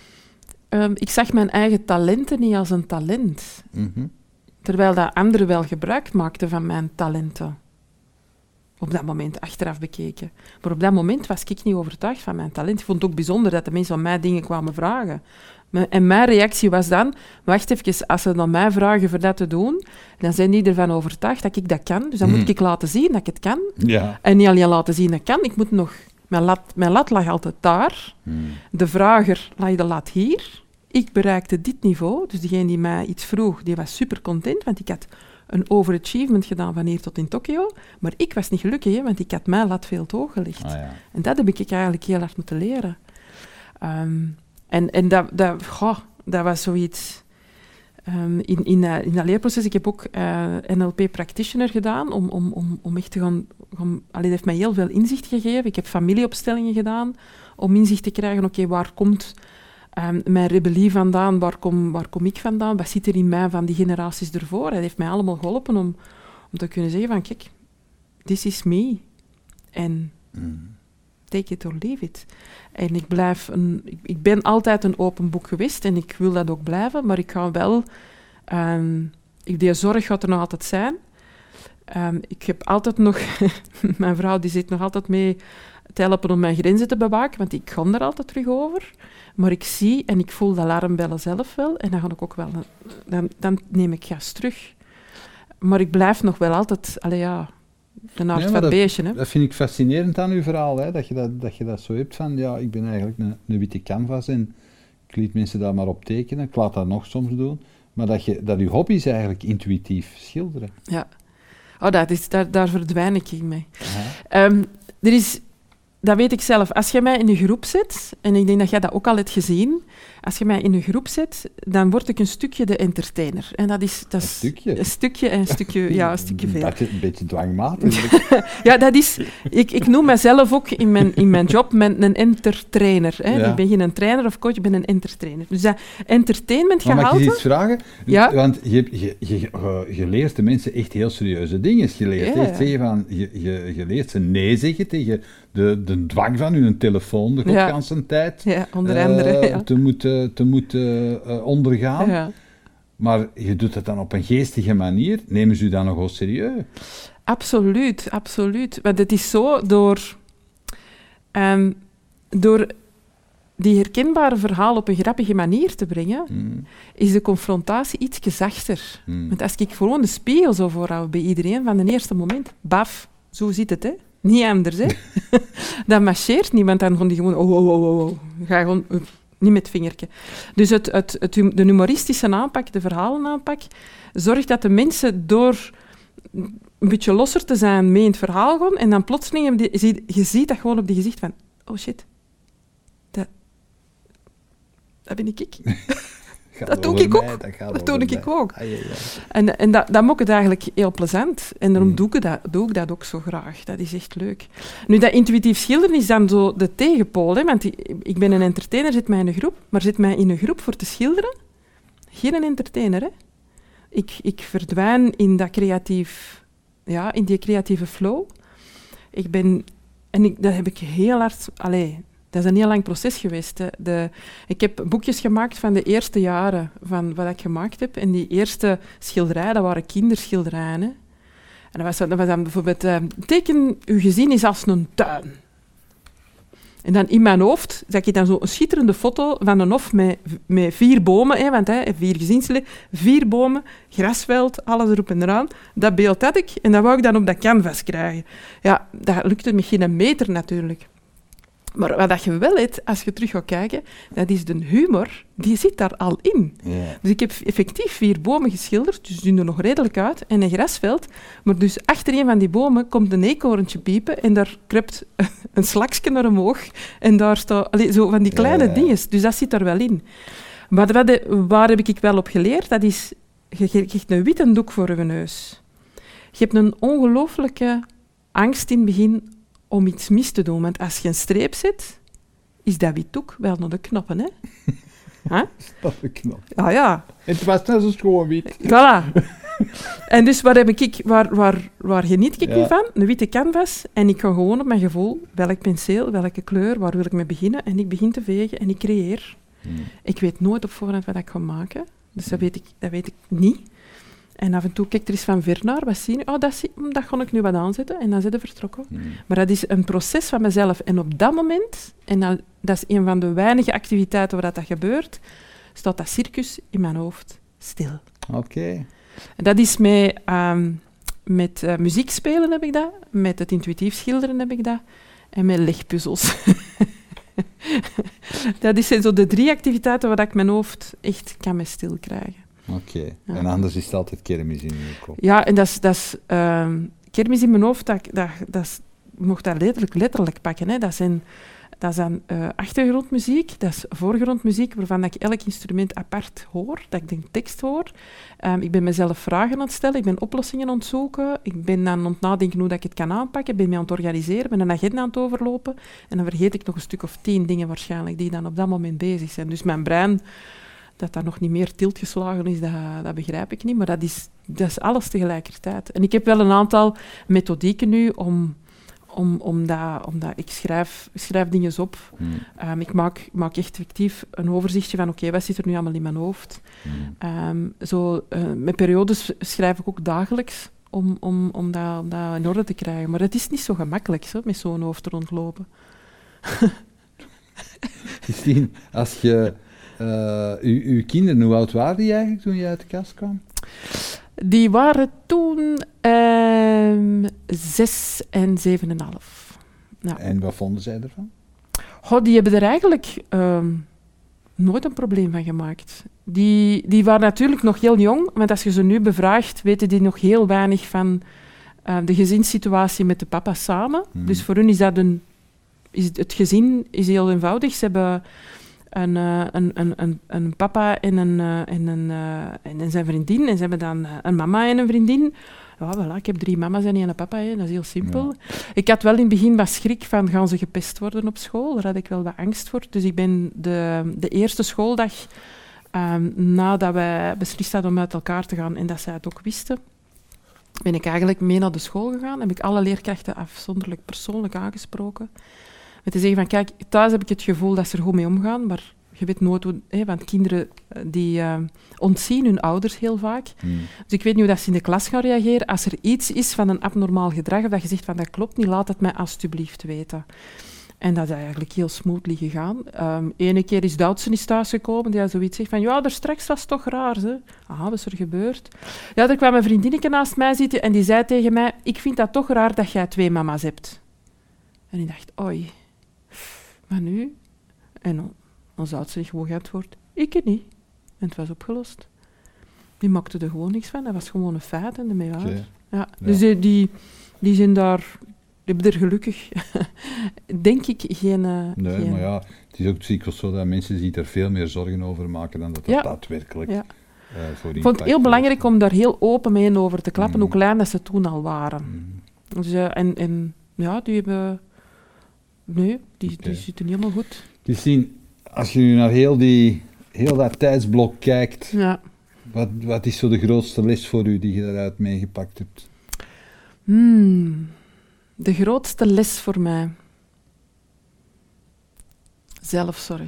Um, ik zag mijn eigen talenten niet als een talent. Mm-hmm. Terwijl dat anderen wel gebruik maakten van mijn talenten. Op dat moment, achteraf bekeken. Maar op dat moment was ik niet overtuigd van mijn talent. Ik vond het ook bijzonder dat de mensen aan mij dingen kwamen vragen. En mijn reactie was dan, wacht even, als ze dan mij vragen voor dat te doen, dan zijn die ervan overtuigd dat ik dat kan. Dus dan mm. moet ik laten zien dat ik het kan. Ja. En niet alleen laten zien dat ik kan, ik moet nog... Mijn lat, mijn lat lag altijd daar. Mm. De vrager lag de lat hier. Ik bereikte dit niveau, dus degene die mij iets vroeg, die was super content, want ik had een overachievement gedaan van hier tot in Tokio, maar ik was niet gelukkig, hè, want ik had mijn lat veel te hoog gelegd. Ah, ja. En dat heb ik eigenlijk heel hard moeten leren. Um, en en dat, dat, goh, dat was zoiets... Um, in, in, uh, in dat leerproces, ik heb ook uh, N L P-practitioner gedaan, om, om, om, om echt te gaan... gaan allee, dat heeft mij heel veel inzicht gegeven. Ik heb familieopstellingen gedaan, om inzicht te krijgen, oké, okay, waar komt... Um, mijn rebellie vandaan, waar kom, waar kom ik vandaan, wat zit er in mij van die generaties ervoor? Dat heeft mij allemaal geholpen om, om te kunnen zeggen van, kijk, this is me. En mm. take it or leave it. En ik blijf een... Ik, ik ben altijd een open boek geweest en ik wil dat ook blijven, maar ik ga wel... Um, ik, die zorg gaat er nog altijd zijn. Um, ik heb altijd nog... mijn vrouw die zit nog altijd mee te helpen om mijn grenzen te bewaken, want ik ga er altijd terug over. Maar ik zie en ik voel de alarmbellen zelf wel. En dan ga ik ook wel... Dan, dan neem ik gas terug. Maar ik blijf nog wel altijd... Allee, ja, een aard Ja, van dat, beestje. Hè? Dat vind ik fascinerend aan uw verhaal, hè? Dat, je dat, dat je dat zo hebt van, ja, ik ben eigenlijk een, een witte canvas en ik liet mensen daar maar op tekenen, ik laat dat nog soms doen, maar dat, je, dat uw hobby is eigenlijk intuïtief schilderen. Ja. Oh, dat is, daar, daar verdwijn ik in mee. Ja. Um, er is... Dat weet ik zelf. Als je mij in een groep zet, en ik denk dat jij dat ook al hebt gezien, als je mij in een groep zet, dan word ik een stukje de entertainer. En dat is, dat is Een stukje? Een stukje en een stukje, ja, een stukje veel. Dat is een beetje dwangmatig. Ja, dat is... Ik, ik noem mezelf ook in mijn, in mijn job mijn, een entertrainer. Hè. Ja. Ik ben geen trainer of coach, ik ben een entertrainer. Dus dat entertainment Maar mag ik gehalte... je iets vragen? Ja. Want je, je, je, je, je leert de mensen echt heel serieuze dingen. Je leert Ja, echt ja. zeggen van... Je, je, je leert ze nee zeggen tegen de, de dwang van hun telefoon de Ja. ganse tijd. Ja, onder eh, andere. Ja. te moeten, te moeten uh, ondergaan. Ja. Maar je doet het dan op een geestige manier. Nemen ze u dan nogal serieus? Absoluut, absoluut. Want het is zo, door, um, door die herkenbare verhaal op een grappige manier te brengen, Hmm. is de confrontatie iets zachter. Hmm. Want als ik gewoon de spiegel zo voorhoud bij iedereen, van het eerste moment, baf, zo zit het, hè. Niet anders, hè. Dat marcheert niet, want dan gaan die gewoon, oh, oh, oh, oh, oh. Ga gewoon... Uh, niet met het vingertje. Dus het, het, het, de humoristische aanpak, de verhalenaanpak, zorgt dat de mensen door een beetje losser te zijn mee in het verhaal gaan en dan plotseling, die, je, je ziet dat gewoon op die gezicht van, oh shit, dat, dat ben ik ik. Dat doe ik ook. Dat, dat doe ik ook. Ah, ja, ja. En, en dat, dat maakt het eigenlijk heel plezant. En daarom Mm. doe, ik dat, doe ik dat ook zo graag. Dat is echt leuk. Nu, dat intuïtief schilderen is dan zo de tegenpool. Hè? Want ik, ik ben een entertainer, zit mij in een groep. Maar zit mij in een groep voor te schilderen? Geen een entertainer, hè. Ik, ik verdwijn in, dat creatief, ja, in die creatieve flow. Ik ben... En ik, dat heb ik heel hard... Allee, dat is een heel lang proces geweest. Hè. De, ik heb boekjes gemaakt van de eerste jaren van wat ik gemaakt heb. En die eerste schilderijen, dat waren kinderschilderijen. Hè. En dat was, dat was dan bijvoorbeeld... Uh, teken, uw gezin is als een tuin. En dan in mijn hoofd zag ik dan zo een schitterende foto van een hof met, met vier bomen. Hè, want hè, vier gezinsleden, vier bomen, grasveld, alles erop en eraan. Dat beeld had ik en dat wou ik dan op dat canvas krijgen. Ja, dat lukte me geen meter natuurlijk. Maar wat dat je wel hebt, als je terug gaat kijken, dat is de humor, die zit daar al in. Ja. Dus ik heb effectief vier bomen geschilderd, dus die zien er nog redelijk uit, en een grasveld. Maar dus achter een van die bomen komt een eekhoorntje piepen en daar kruipt een slaksje naar omhoog. En daar staat allee, zo van die kleine Ja, ja. dingen. Dus dat zit er wel in. Maar wat, waar heb ik wel op geleerd? Dat is, je krijgt een witte doek voor je neus. Je hebt een ongelooflijke angst in het begin om iets mis te doen. Want als je een streep zet, is dat wit doek wel naar de knoppen, hè? Huh? Dat is knap. Ah ja. Het was net zo schoon wit. Voilà. En dus waar, heb ik, waar, waar, waar geniet ik Ja. nu van? Een witte canvas. En ik ga gewoon op mijn gevoel, welk penseel, welke kleur, waar wil ik mee beginnen? En ik begin te vegen en ik creëer. Hmm. Ik weet nooit op voorhand wat ik ga maken. Dus dat weet ik, dat weet ik niet. En af en toe kijk ik er eens van ver naar, wat zie je? Oh, dat, zie, dat ga ik nu wat aanzetten. En dan zit je vertrokken. Hmm. Maar dat is een proces van mezelf. En op dat moment, en dan, dat is een van de weinige activiteiten waar dat gebeurt, staat dat circus in mijn hoofd stil. Oké. En dat is met, um, met uh, muziek spelen heb ik dat, met het intuïtief schilderen heb ik dat, en met legpuzzels. Dat zijn zo de drie activiteiten waar ik mijn hoofd echt kan mee stil krijgen. Oké. Ja. En anders is het altijd kermis in je kop. Ja, en dat is... Dat is um, kermis in mijn hoofd, dat, dat, dat is, je mocht dat letterlijk, letterlijk pakken. Hè. Dat zijn, dat is dan uh, achtergrondmuziek, dat is voorgrondmuziek, waarvan ik elk instrument apart hoor, dat ik de tekst hoor. Um, ik ben mezelf vragen aan het stellen, ik ben oplossingen aan het zoeken, ik ben dan aan het nadenken hoe dat ik het kan aanpakken, ik ben me aan het organiseren, ben een agenda aan het overlopen, en dan vergeet ik nog een stuk of tien dingen waarschijnlijk, die dan op dat moment bezig zijn. Dus mijn brein... Dat daar nog niet meer tilt geslagen is, dat, dat begrijp ik niet. Maar dat is, dat is alles tegelijkertijd. En ik heb wel een aantal methodieken nu om... om, om dat, om dat, ik schrijf, schrijf dingen op. Hmm. Um, ik maak, maak echt effectief een overzichtje van... Oké, okay, wat zit er nu allemaal in mijn hoofd? Hmm. Um, zo, uh, met periodes schrijf ik ook dagelijks om, om, om, dat, om dat in orde te krijgen. Maar het is niet zo gemakkelijk, zo, met zo'n hoofd rondlopen. Christine, als je... Uh, uw, uw kinderen, hoe oud waren die eigenlijk toen je uit de kast kwam? Die waren toen uh, zes en zeven en half. Ja. En wat vonden zij ervan? Goh, die hebben er eigenlijk uh, nooit een probleem van gemaakt. Die, die waren natuurlijk nog heel jong, want als je ze nu bevraagt, weten die nog heel weinig van uh, de gezinssituatie met de papa samen. Mm. Dus voor hun is dat een... Is het, het gezin is heel eenvoudig. Ze hebben een, uh, een, een, een, een papa en, een, uh, en, een, uh, en zijn vriendin. En ze hebben dan uh, een mama en een vriendin. Ja, voilà, ik heb drie mama's en één papa. Hè. Dat is heel simpel. Ja. Ik had wel in het begin wat schrik van, gaan ze gepest worden op school? Daar had ik wel wat angst voor. Dus ik ben de, de eerste schooldag, um, nadat wij beslist hadden om uit elkaar te gaan en dat zij het ook wisten, ben ik eigenlijk mee naar de school gegaan. Heb ik alle leerkrachten afzonderlijk persoonlijk aangesproken. Met te zeggen van, kijk, thuis heb ik het gevoel dat ze er goed mee omgaan, maar je weet nooit hoe... Hè, want kinderen die uh, ontzien hun ouders heel vaak. Mm. Dus ik weet niet hoe dat ze in de klas gaan reageren. Als er iets is van een abnormaal gedrag, of dat je zegt van, dat klopt niet, laat het mij alstublieft weten. En dat is eigenlijk heel smoothly gegaan. Um, Ene keer is Doutzen is thuisgekomen, die had zoiets zegt van, ja, daar straks was het toch raar, hè? Ah, wat is er gebeurd? Ja, er kwam een vriendinnetje naast mij zitten en die zei tegen mij, ik vind dat toch raar dat jij twee mama's hebt. En ik dacht, oei... Maar nu? En dan, dan zou ze gewoon geantwoord, ik niet. En het was opgelost. Die maakte er gewoon niks van. Dat was gewoon een feit en ermee uit. Okay. Ja. Ja. Dus die, die, die zijn daar... Die hebben er gelukkig, denk ik, geen... Uh, nee, geen... maar ja, het is ook dikwijls zo dat mensen zich er veel meer zorgen over maken dan dat dat ja. daadwerkelijk ja. uh, voor Ik vond het heel belangrijk heeft. om daar heel open mee over te klappen, mm. hoe klein dat ze toen al waren. Mm. Dus, uh, en, en ja, die hebben... Nee, die, okay. die zitten helemaal goed. Christine, als je nu naar heel, die, heel dat tijdsblok kijkt, ja. wat, wat is zo de grootste les voor u die je daaruit meegepakt hebt? Hmm, de grootste les voor mij? Zelfzorg.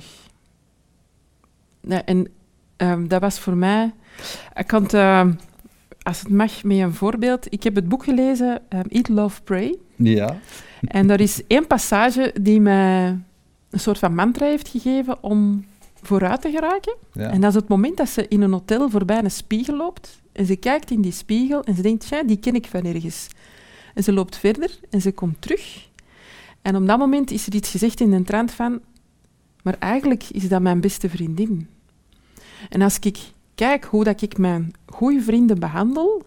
Ja, en um, dat was voor mij... Ik kan het, uh, als het mag, met een voorbeeld. Ik heb het boek gelezen, um, Eat, Love, Pray. Ja. En er is één passage die mij een soort van mantra heeft gegeven om vooruit te geraken. Ja. En dat is het moment dat ze in een hotel voorbij een spiegel loopt. En ze kijkt in die spiegel en ze denkt, ja, die ken ik van ergens. En ze loopt verder en ze komt terug. En op dat moment is er iets gezegd in de trant van, maar eigenlijk is dat mijn beste vriendin. En als ik kijk hoe dat ik mijn goede vrienden behandel,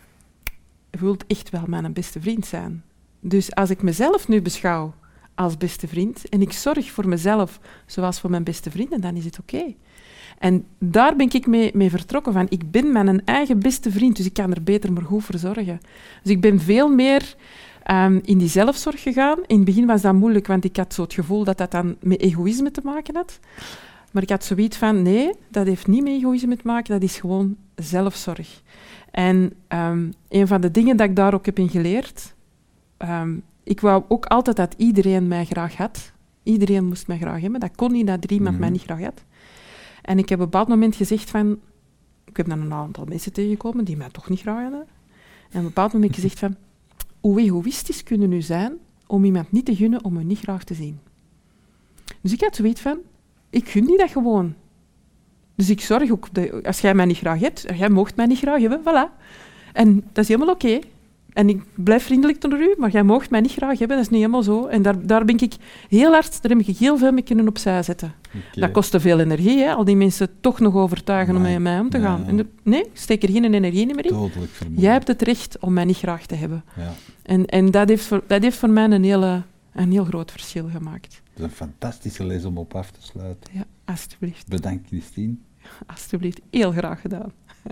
wil het echt wel mijn beste vriend zijn. Dus als ik mezelf nu beschouw als beste vriend en ik zorg voor mezelf zoals voor mijn beste vrienden, dan is het oké. Okay. En daar ben ik mee, mee vertrokken van. Ik ben mijn eigen beste vriend, dus ik kan er beter maar goed voor zorgen. Dus ik ben veel meer um, in die zelfzorg gegaan. In het begin was dat moeilijk, want ik had zo het gevoel dat dat dan met egoïsme te maken had. Maar ik had zoiets van, nee, dat heeft niet met egoïsme te maken, dat is gewoon zelfzorg. En um, een van de dingen dat ik daar ook heb in geleerd... Um, ik wou ook altijd dat iedereen mij graag had. Iedereen moest mij graag hebben. Dat kon niet, dat er iemand mm-hmm. mij niet graag had. En ik heb op een bepaald moment gezegd van... Ik heb dan een aantal mensen tegengekomen die mij toch niet graag hadden. En op een bepaald moment gezegd van... Hoe egoïstisch kunnen u zijn om iemand niet te gunnen om u niet graag te zien? Dus ik had zoiets van... Ik gun die dat gewoon. Dus ik zorg ook... De, als jij mij niet graag hebt... Jij mocht mij niet graag hebben, voilà. En dat is helemaal oké. Okay. En ik blijf vriendelijk naar u, maar jij moogt mij niet graag hebben, dat is niet helemaal zo. En daar, daar ben ik heel hard, daar heb ik heel veel mee kunnen opzij zetten. Okay. Dat kostte veel energie, hè? Al die mensen toch nog overtuigen nee. om met mij om te gaan. Ja, ja. En er, nee, ik steek er geen energie meer in. Jij hebt het recht om mij niet graag te hebben. Ja. En, en dat, heeft voor, dat heeft voor mij een, hele, een heel groot verschil gemaakt. Dat is een fantastische les om op af te sluiten. Ja, alstublieft. Bedankt, Christine. Alstublieft, heel graag gedaan.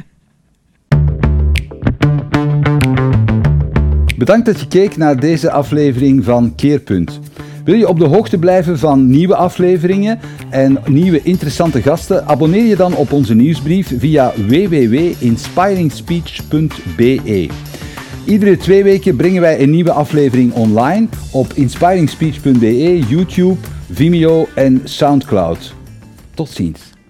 Bedankt dat je keek naar deze aflevering van Keerpunt. Wil je op de hoogte blijven van nieuwe afleveringen en nieuwe interessante gasten? Abonneer je dan op onze nieuwsbrief via w w w punt inspiring speech punt b e. Iedere twee weken brengen wij een nieuwe aflevering online op inspiring speech punt b e, YouTube, Vimeo en Soundcloud. Tot ziens.